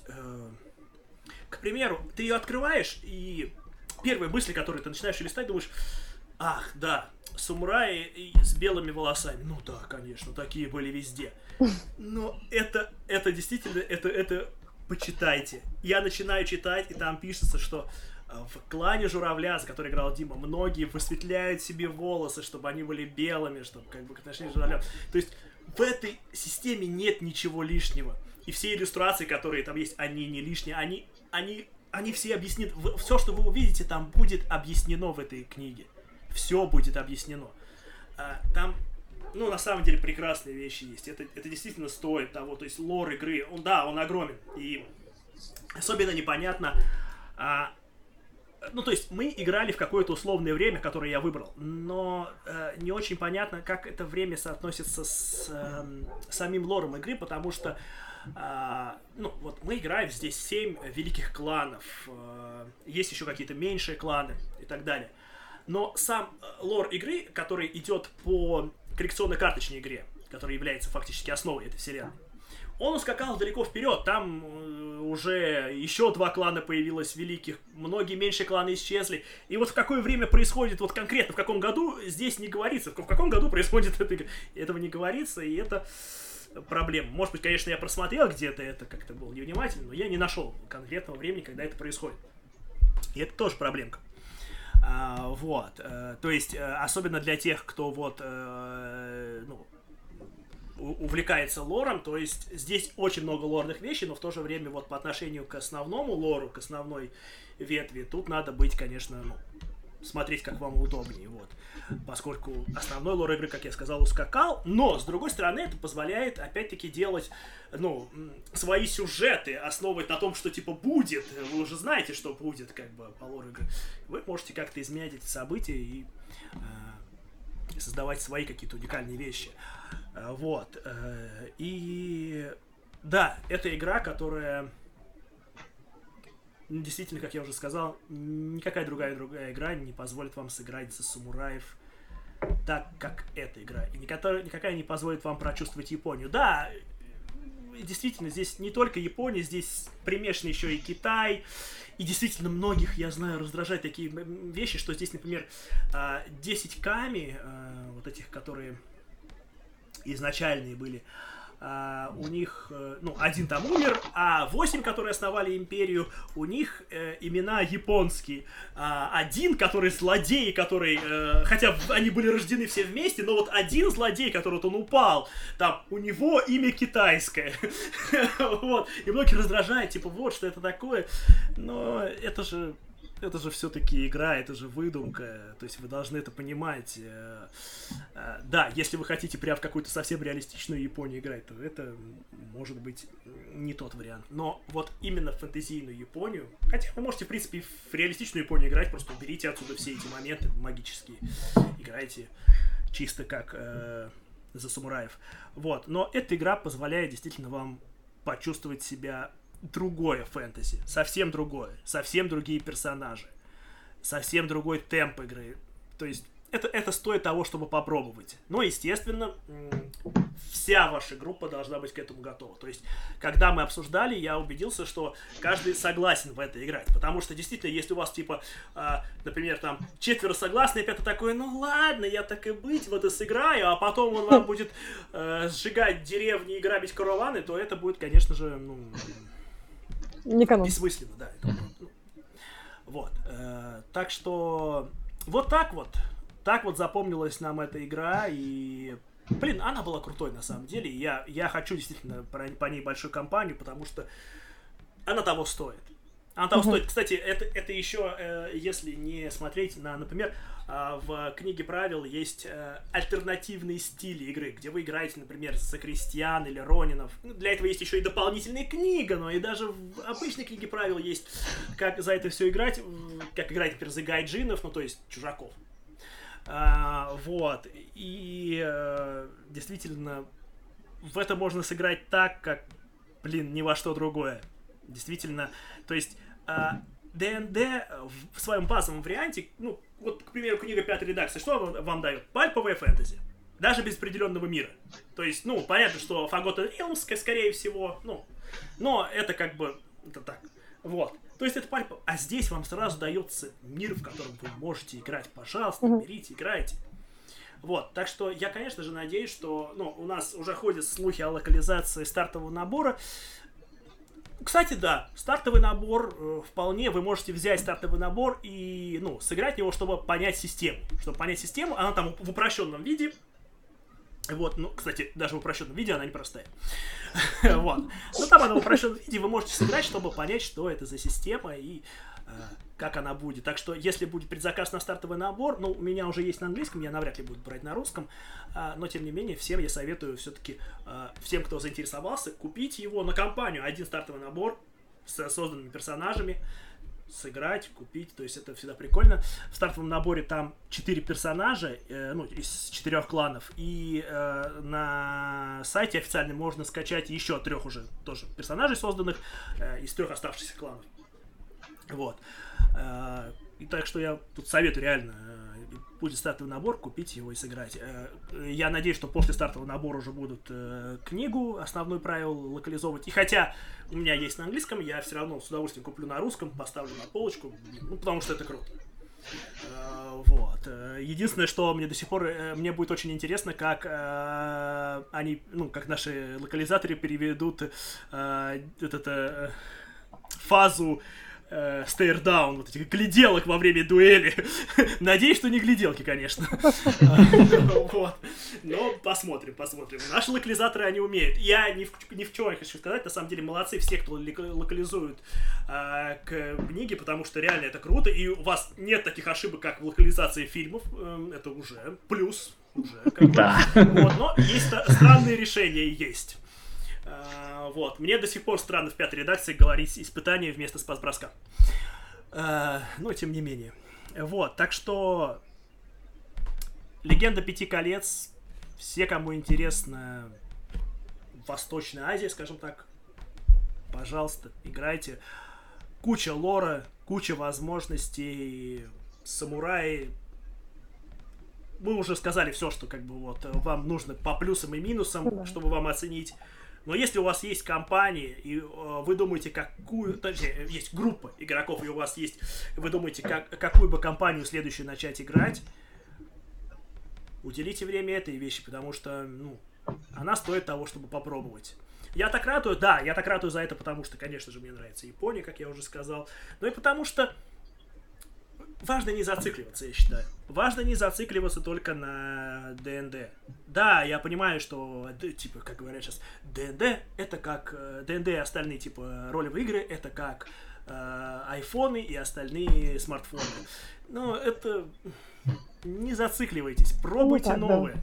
к примеру, ты ее открываешь, и первые мысли, которые ты начинаешь листать, думаешь, ах, да, самураи с белыми волосами. Ну да, конечно, такие были везде. Но это действительно, это почитайте. Я начинаю читать, и там пишется, что в клане Журавля, за который играл Дима, многие высветляют себе волосы, чтобы они были белыми, чтобы как бы к отношению к Журавлям. То есть в этой системе нет ничего лишнего. И все иллюстрации, которые там есть, они не лишние. Они все объяснены. Все, что вы увидите, там будет объяснено в этой книге. Все будет объяснено. Там ну, на самом деле, прекрасные вещи есть. Это действительно стоит того. То есть лор игры, он огромен. И особенно непонятно... ну, то есть мы играли в какое-то условное время, которое я выбрал, но не очень понятно, как это время соотносится с самим лором игры, потому что ну, вот мы играем здесь 7 великих кланов, есть еще какие-то меньшие кланы и так далее. Но сам лор игры, который идет по коллекционной карточной игре, которая является фактически основой этой вселенной, он ускакал далеко вперед, там уже еще 2 клана появилось великих, многие меньшие кланы исчезли. И вот в какое время происходит, вот конкретно в каком году, здесь не говорится. В каком году происходит это, этого не говорится, и это проблема. Может быть, конечно, я просмотрел где-то это, как-то был невнимательно, но я не нашел конкретного времени, когда это происходит. И это тоже проблемка. Вот. То есть, особенно для тех, кто вот, ну, увлекается лором, то есть здесь очень много лорных вещей, но в то же время вот по отношению к основному лору, к основной ветви, тут надо быть, конечно, ну, смотреть, как вам удобнее, вот. Поскольку основной лор игры, как я сказал, ускакал, но, с другой стороны, это позволяет, опять-таки, делать, ну, свои сюжеты, основывать на том, что, типа, будет, вы уже знаете, что будет, как бы, по лору игры. Вы можете как-то изменять эти события и создавать свои какие-то уникальные вещи. Вот. И да, это игра, которая действительно, как я уже сказал, никакая другая игра не позволит вам сыграть за самураев так, как эта игра. И никакая не позволит вам прочувствовать Японию. Да, действительно, здесь не только Япония, здесь примешан еще и Китай. И действительно, многих, я знаю, раздражают такие вещи, что здесь, например, 10 ками, вот этих, которые изначальные были, у них, ну, один там умер, а 8, которые основали империю, у них имена японские. Один, который злодей, который, хотя они были рождены все вместе, но вот один злодей, который вот он упал, там, у него имя китайское. Вот. И многие раздражают, типа, вот, что это такое. Но это же все-таки игра, это же выдумка, то есть вы должны это понимать. Да, если вы хотите прям в какую-то совсем реалистичную Японию играть, то это может быть не тот вариант. Но вот именно в фэнтезийную Японию, хотя вы можете, в принципе, в реалистичную Японию играть, просто уберите отсюда все эти моменты магические, играйте чисто как за самураев. Вот, но эта игра позволяет действительно вам почувствовать себя другое фэнтези, совсем другое, совсем другие персонажи, совсем другой темп игры. То есть это стоит того, чтобы попробовать. Но, естественно, вся ваша группа должна быть к этому готова. То есть, когда мы обсуждали, я убедился, что каждый согласен в это играть. Потому что, действительно, если у вас, типа, например, там, 4 согласны, и 5 такой, ну ладно, я так и быть, вот и сыграю, а потом он вам будет сжигать деревни и грабить караваны, то это будет, конечно же, ну, бессмысленно, да. Вот. Так что вот так вот. Так вот запомнилась нам эта игра, и, блин, она была крутой на самом деле. Я хочу действительно по ней большую кампанию, потому что она того стоит. Она того стоит. Кстати, это еще, если не смотреть на, например, в книге правил есть альтернативные стили игры, где вы играете, например, за крестьян или ронинов. Для этого есть еще и дополнительная книга, но и даже в обычной книге правил есть, как за это все играть, как играть, например, за гайджинов, ну то есть чужаков. Вот. И действительно, в это можно сыграть так, как, блин, ни во что другое. Действительно, то есть ДНД в своем базовом варианте, ну, вот, к примеру, книга 5-й редакции, что вам дает? Пальповое фэнтези. Даже без определенного мира. То есть, ну, понятно, что Forgotten Realms, скорее всего, ну, но это как бы, это так. Вот. То есть это пальпа. А здесь вам сразу дается мир, в котором вы можете играть. Пожалуйста, берите, играйте. Вот. Так что я, конечно же, надеюсь, что, ну, у нас уже ходят слухи о локализации стартового набора. Кстати, да, стартовый набор вполне, вы можете взять стартовый набор и, ну, сыграть его, чтобы понять систему. Чтобы понять систему, она там в упрощенном виде. Вот, ну, кстати, даже в упрощенном виде она непростая. Вот. Но там она в упрощенном виде, вы можете сыграть, чтобы понять, что это за система и как она будет. Так что, если будет предзаказ на стартовый набор, ну, у меня уже есть на английском, я навряд ли буду брать на русском, но, тем не менее, всем я советую все-таки, всем, кто заинтересовался, купить его на компанию. Один стартовый набор с созданными персонажами, сыграть, купить, то есть это всегда прикольно. В стартовом наборе там 4 персонажа, ну, из 4 кланов, и на сайте официально можно скачать еще 3 уже тоже персонажей, созданных из 3 оставшихся кланов. Вот. И так что я тут советую реально, будет стартовый набор, купить его и сыграть. Я надеюсь, что после стартового набора уже будут книгу «Основной правил» локализовывать. И хотя у меня есть на английском, я все равно с удовольствием куплю на русском, поставлю на полочку, ну, потому что это круто. Вот. Единственное, что мне до сих пор, мне будет очень интересно, как они, ну, как наши локализаторы переведут фазу stare down, вот этих гляделок во время дуэли. Надеюсь, что не гляделки, конечно. Вот. Но посмотрим. Наши локализаторы, они умеют. Я ни в чем я хочу сказать. На самом деле, молодцы все, кто локализует книги, потому что реально это круто. И у вас нет таких ошибок, как в локализации фильмов. Это уже плюс. Да. Вот. Но есть странные решения, есть. Вот. Мне до сих пор странно в 5-й редакции говорить испытание вместо спас-броска. Но тем не менее. Вот. Так что Легенда 5 колец. Все, кому интересно, Восточная Азия, скажем так, пожалуйста, играйте. Куча лора, куча возможностей. Самураи. Мы уже сказали все, что как бы вот вам нужно по плюсам и минусам, чтобы вам оценить. Но если у вас есть компания, и вы думаете, точнее, есть группа игроков, и у вас есть, вы думаете, какую бы компанию следующую начать играть, уделите время этой вещи, потому что, ну, она стоит того, чтобы попробовать. Я так радую за это, потому что, конечно же, мне нравится Япония, как я уже сказал, но и потому что важно не зацикливаться, я считаю. Важно не зацикливаться только на ДНД. Да, я понимаю, что, типа, как говорят сейчас, ДНД это как... ДНД и остальные, типа, ролевые игры, это как айфоны и остальные смартфоны. Но это... Не зацикливайтесь, пробуйте новые.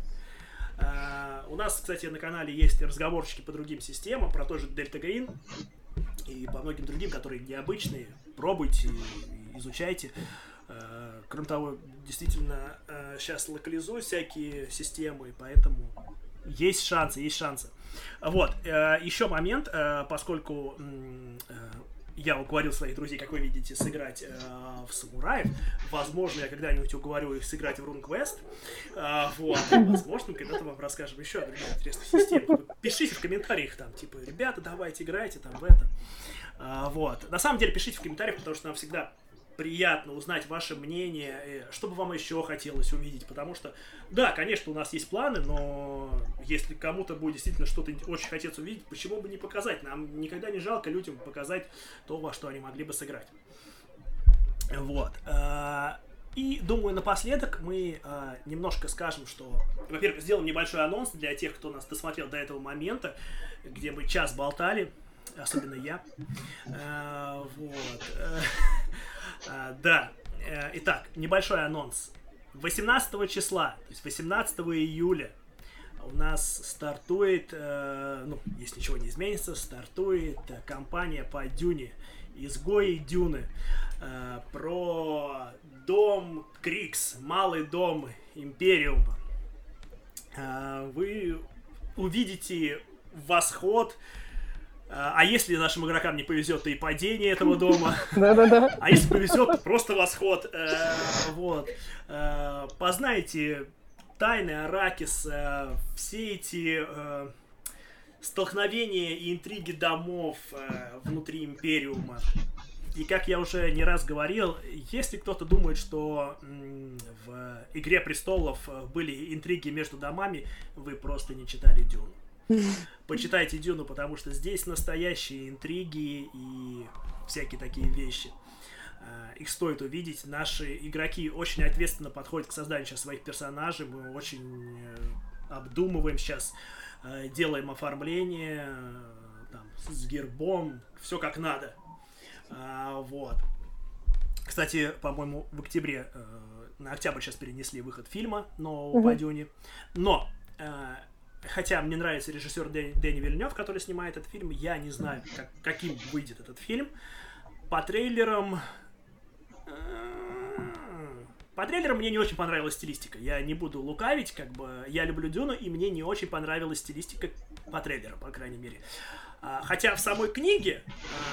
У нас, кстати, на канале есть разговорчики по другим системам, про тот же Delta Green и по многим другим, которые необычные. Пробуйте, изучайте. Кроме того, действительно, сейчас локализую всякие системы, и поэтому есть шансы. Вот, еще момент, поскольку я уговорил своих друзей, как вы видите, сыграть в Самураев. Возможно, я когда-нибудь уговорю их сыграть в RuneQuest. Вот, возможно, когда-то вам расскажем еще о других интересных системах. Пишите в комментариях там, типа, ребята, давайте играйте там в это. Вот, на самом деле, пишите в комментариях, потому что нам всегда приятно узнать ваше мнение, что бы вам еще хотелось увидеть, потому что, да, конечно, у нас есть планы, но если кому-то будет действительно что-то очень хотеться увидеть, почему бы не показать? Нам никогда не жалко людям показать то, во что они могли бы сыграть. Вот. И, думаю, напоследок мы немножко скажем, что, во-первых, сделаем небольшой анонс для тех, кто нас досмотрел до этого момента, где мы час болтали, особенно я. Вот. Да. Итак, небольшой анонс. 18 числа, то есть 18 июля у нас стартует, ну, если ничего не изменится, стартует кампания по Дюне. Изгои Дюны. Про дом Крикс, малый дом Империума. Вы увидите восход. А если нашим игрокам не повезет, то и падение этого дома. Да-да-да. А если повезет, то просто восход. Вот. Познайте тайны Аракиса, все эти столкновения и интриги домов внутри Империума. И как я уже не раз говорил, если кто-то думает, что в «Игре престолов» были интриги между домами, вы просто не читали Дюну. Почитайте Дюну, потому что здесь настоящие интриги и всякие такие вещи. Их стоит увидеть. Наши игроки очень ответственно подходят к созданию сейчас своих персонажей. Мы очень обдумываем сейчас, делаем оформление, там, с гербом, все как надо. Вот. Кстати, по-моему, в октябре, на октябрь сейчас перенесли выход фильма нового по Дюне. Но, хотя мне нравится режиссер Дени Вильнёв, который снимает этот фильм, я не знаю, каким выйдет этот фильм. По трейлерам мне не очень понравилась стилистика. Я не буду лукавить, как бы я люблю Дюну, и мне не очень понравилась стилистика по трейлерам, по крайней мере. Хотя в самой книге,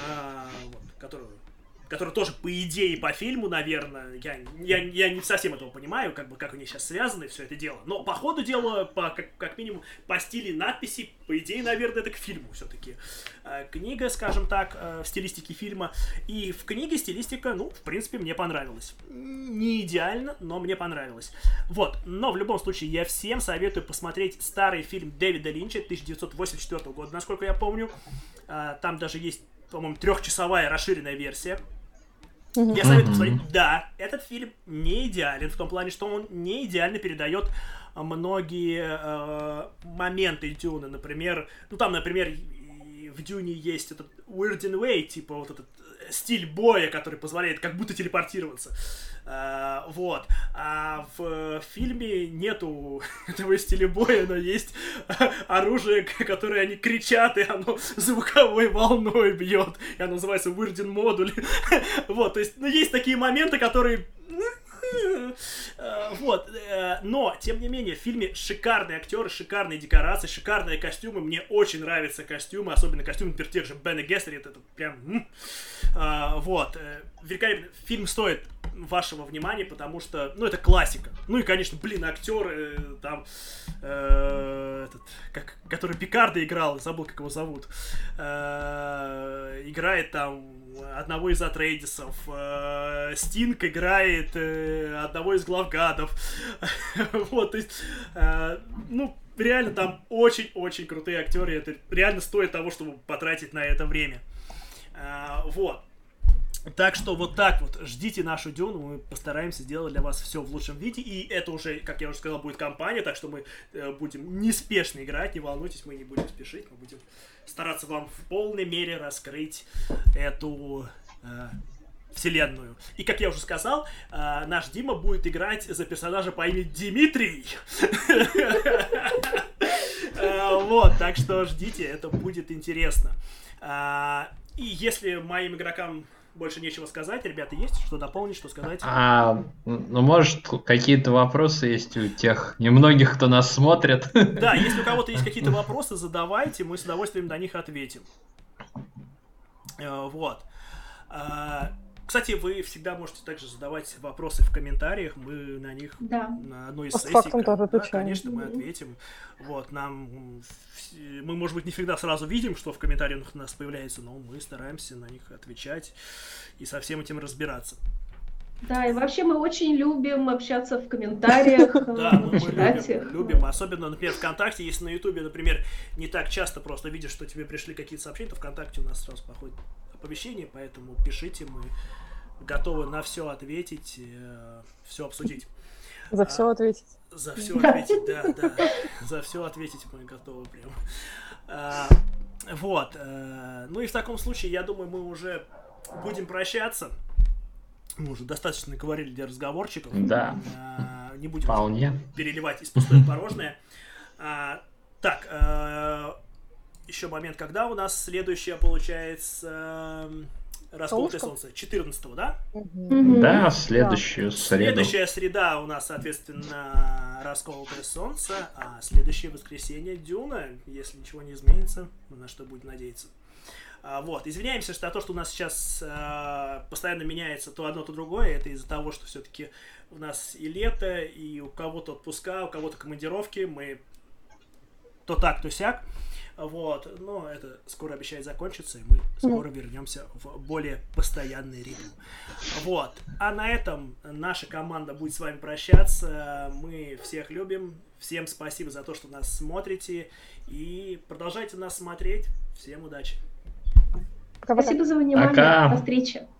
которая тоже по идее по фильму, наверное, я не совсем этого понимаю, как они сейчас связаны, все это дело. Но по ходу дела, как минимум, по стиле надписи, по идее, наверное, это к фильму все-таки. Книга, скажем так, в стилистике фильма. И в книге стилистика, в принципе, мне понравилась. Не идеально, но мне понравилось. Вот. Но в любом случае, я всем советую посмотреть старый фильм Дэвида Линча 1984 года, насколько я помню. Там даже есть, по-моему, 3-часовая расширенная версия. Я советую посмотреть. Да, этот фильм не идеален в том плане, что он не идеально передает многие моменты Дюны. Например, например, в Дюне есть этот Weird Way, типа вот этот стиль боя, который позволяет как будто телепортироваться. Вот. А в фильме нету этого стиля боя, но есть оружие, которое они кричат, и оно звуковой волной бьет. И оно называется Weird модуль. Вот, то есть, есть такие моменты, которые... Вот, но, тем не менее, в фильме шикарные актеры, шикарные декорации, шикарные костюмы. Мне очень нравятся костюмы, особенно костюмы, например, тех же Бена Гессерит. Это прям... Вот, великолепно. Фильм стоит вашего внимания, потому что, это классика. И, конечно, актеры, там, который Пикарда играл, забыл, как его зовут, играет там одного из Атрейдисов, Стинг играет одного из главгадов. Вот, то есть, реально там очень-очень крутые актеры, это реально стоит того, чтобы потратить на это время. Вот. Так что вот так вот, ждите нашу Дюну, мы постараемся сделать для вас все в лучшем виде, и это уже, как я уже сказал, будет кампания, так что мы будем неспешно играть, не волнуйтесь, мы не будем спешить, мы будем стараться вам в полной мере раскрыть эту вселенную. И, как я уже сказал, наш Дима будет играть за персонажа по имени Димитрий. Вот, так что ждите, это будет интересно. И если моим игрокам больше нечего сказать, ребята, есть что дополнить, что сказать? Может, какие-то вопросы есть у тех немногих, кто нас смотрит? Да, если у кого-то есть какие-то вопросы, задавайте, мы с удовольствием на них ответим. Вот. Кстати, вы всегда можете также задавать вопросы в комментариях, мы на них на одной из сессий, конечно, мы ответим. Вот, мы, может быть, не всегда сразу видим, что в комментариях у нас появляется, но мы стараемся на них отвечать и со всем этим разбираться. Да, и вообще мы очень любим общаться в комментариях, читать их. Любим, особенно, например, ВКонтакте, если на Ютубе, например, не так часто просто видишь, что тебе пришли какие-то сообщения, то ВКонтакте у нас сразу проходит оповещение, поэтому пишите, мы готовы на все ответить, все обсудить. За все ответить. За все ответить, да. За все ответить мы готовы прям. Вот. И в таком случае, я думаю, мы уже будем прощаться. Мы уже достаточно говорили для разговорчиков. Да. Не будем вполне переливать из пустое порожное. Так, еще момент, когда у нас следующее получается расколотое солнце? 14-го, да? Да, следующую среду. Следующая среда у нас, соответственно, расколотое солнце, а следующее воскресенье Дюна, если ничего не изменится, на что будем надеяться. Вот, извиняемся, что то, что у нас сейчас постоянно меняется то одно, то другое, это из-за того, что все-таки у нас и лето, и у кого-то отпуска, у кого-то командировки, мы то так, то сяк. Вот, но это скоро обещает закончиться, и мы скоро вернемся в более постоянный ритм. Вот, а на этом наша команда будет с вами прощаться. Мы всех любим, всем спасибо за то, что нас смотрите, и продолжайте нас смотреть. Всем удачи. Спасибо за внимание, до встречи.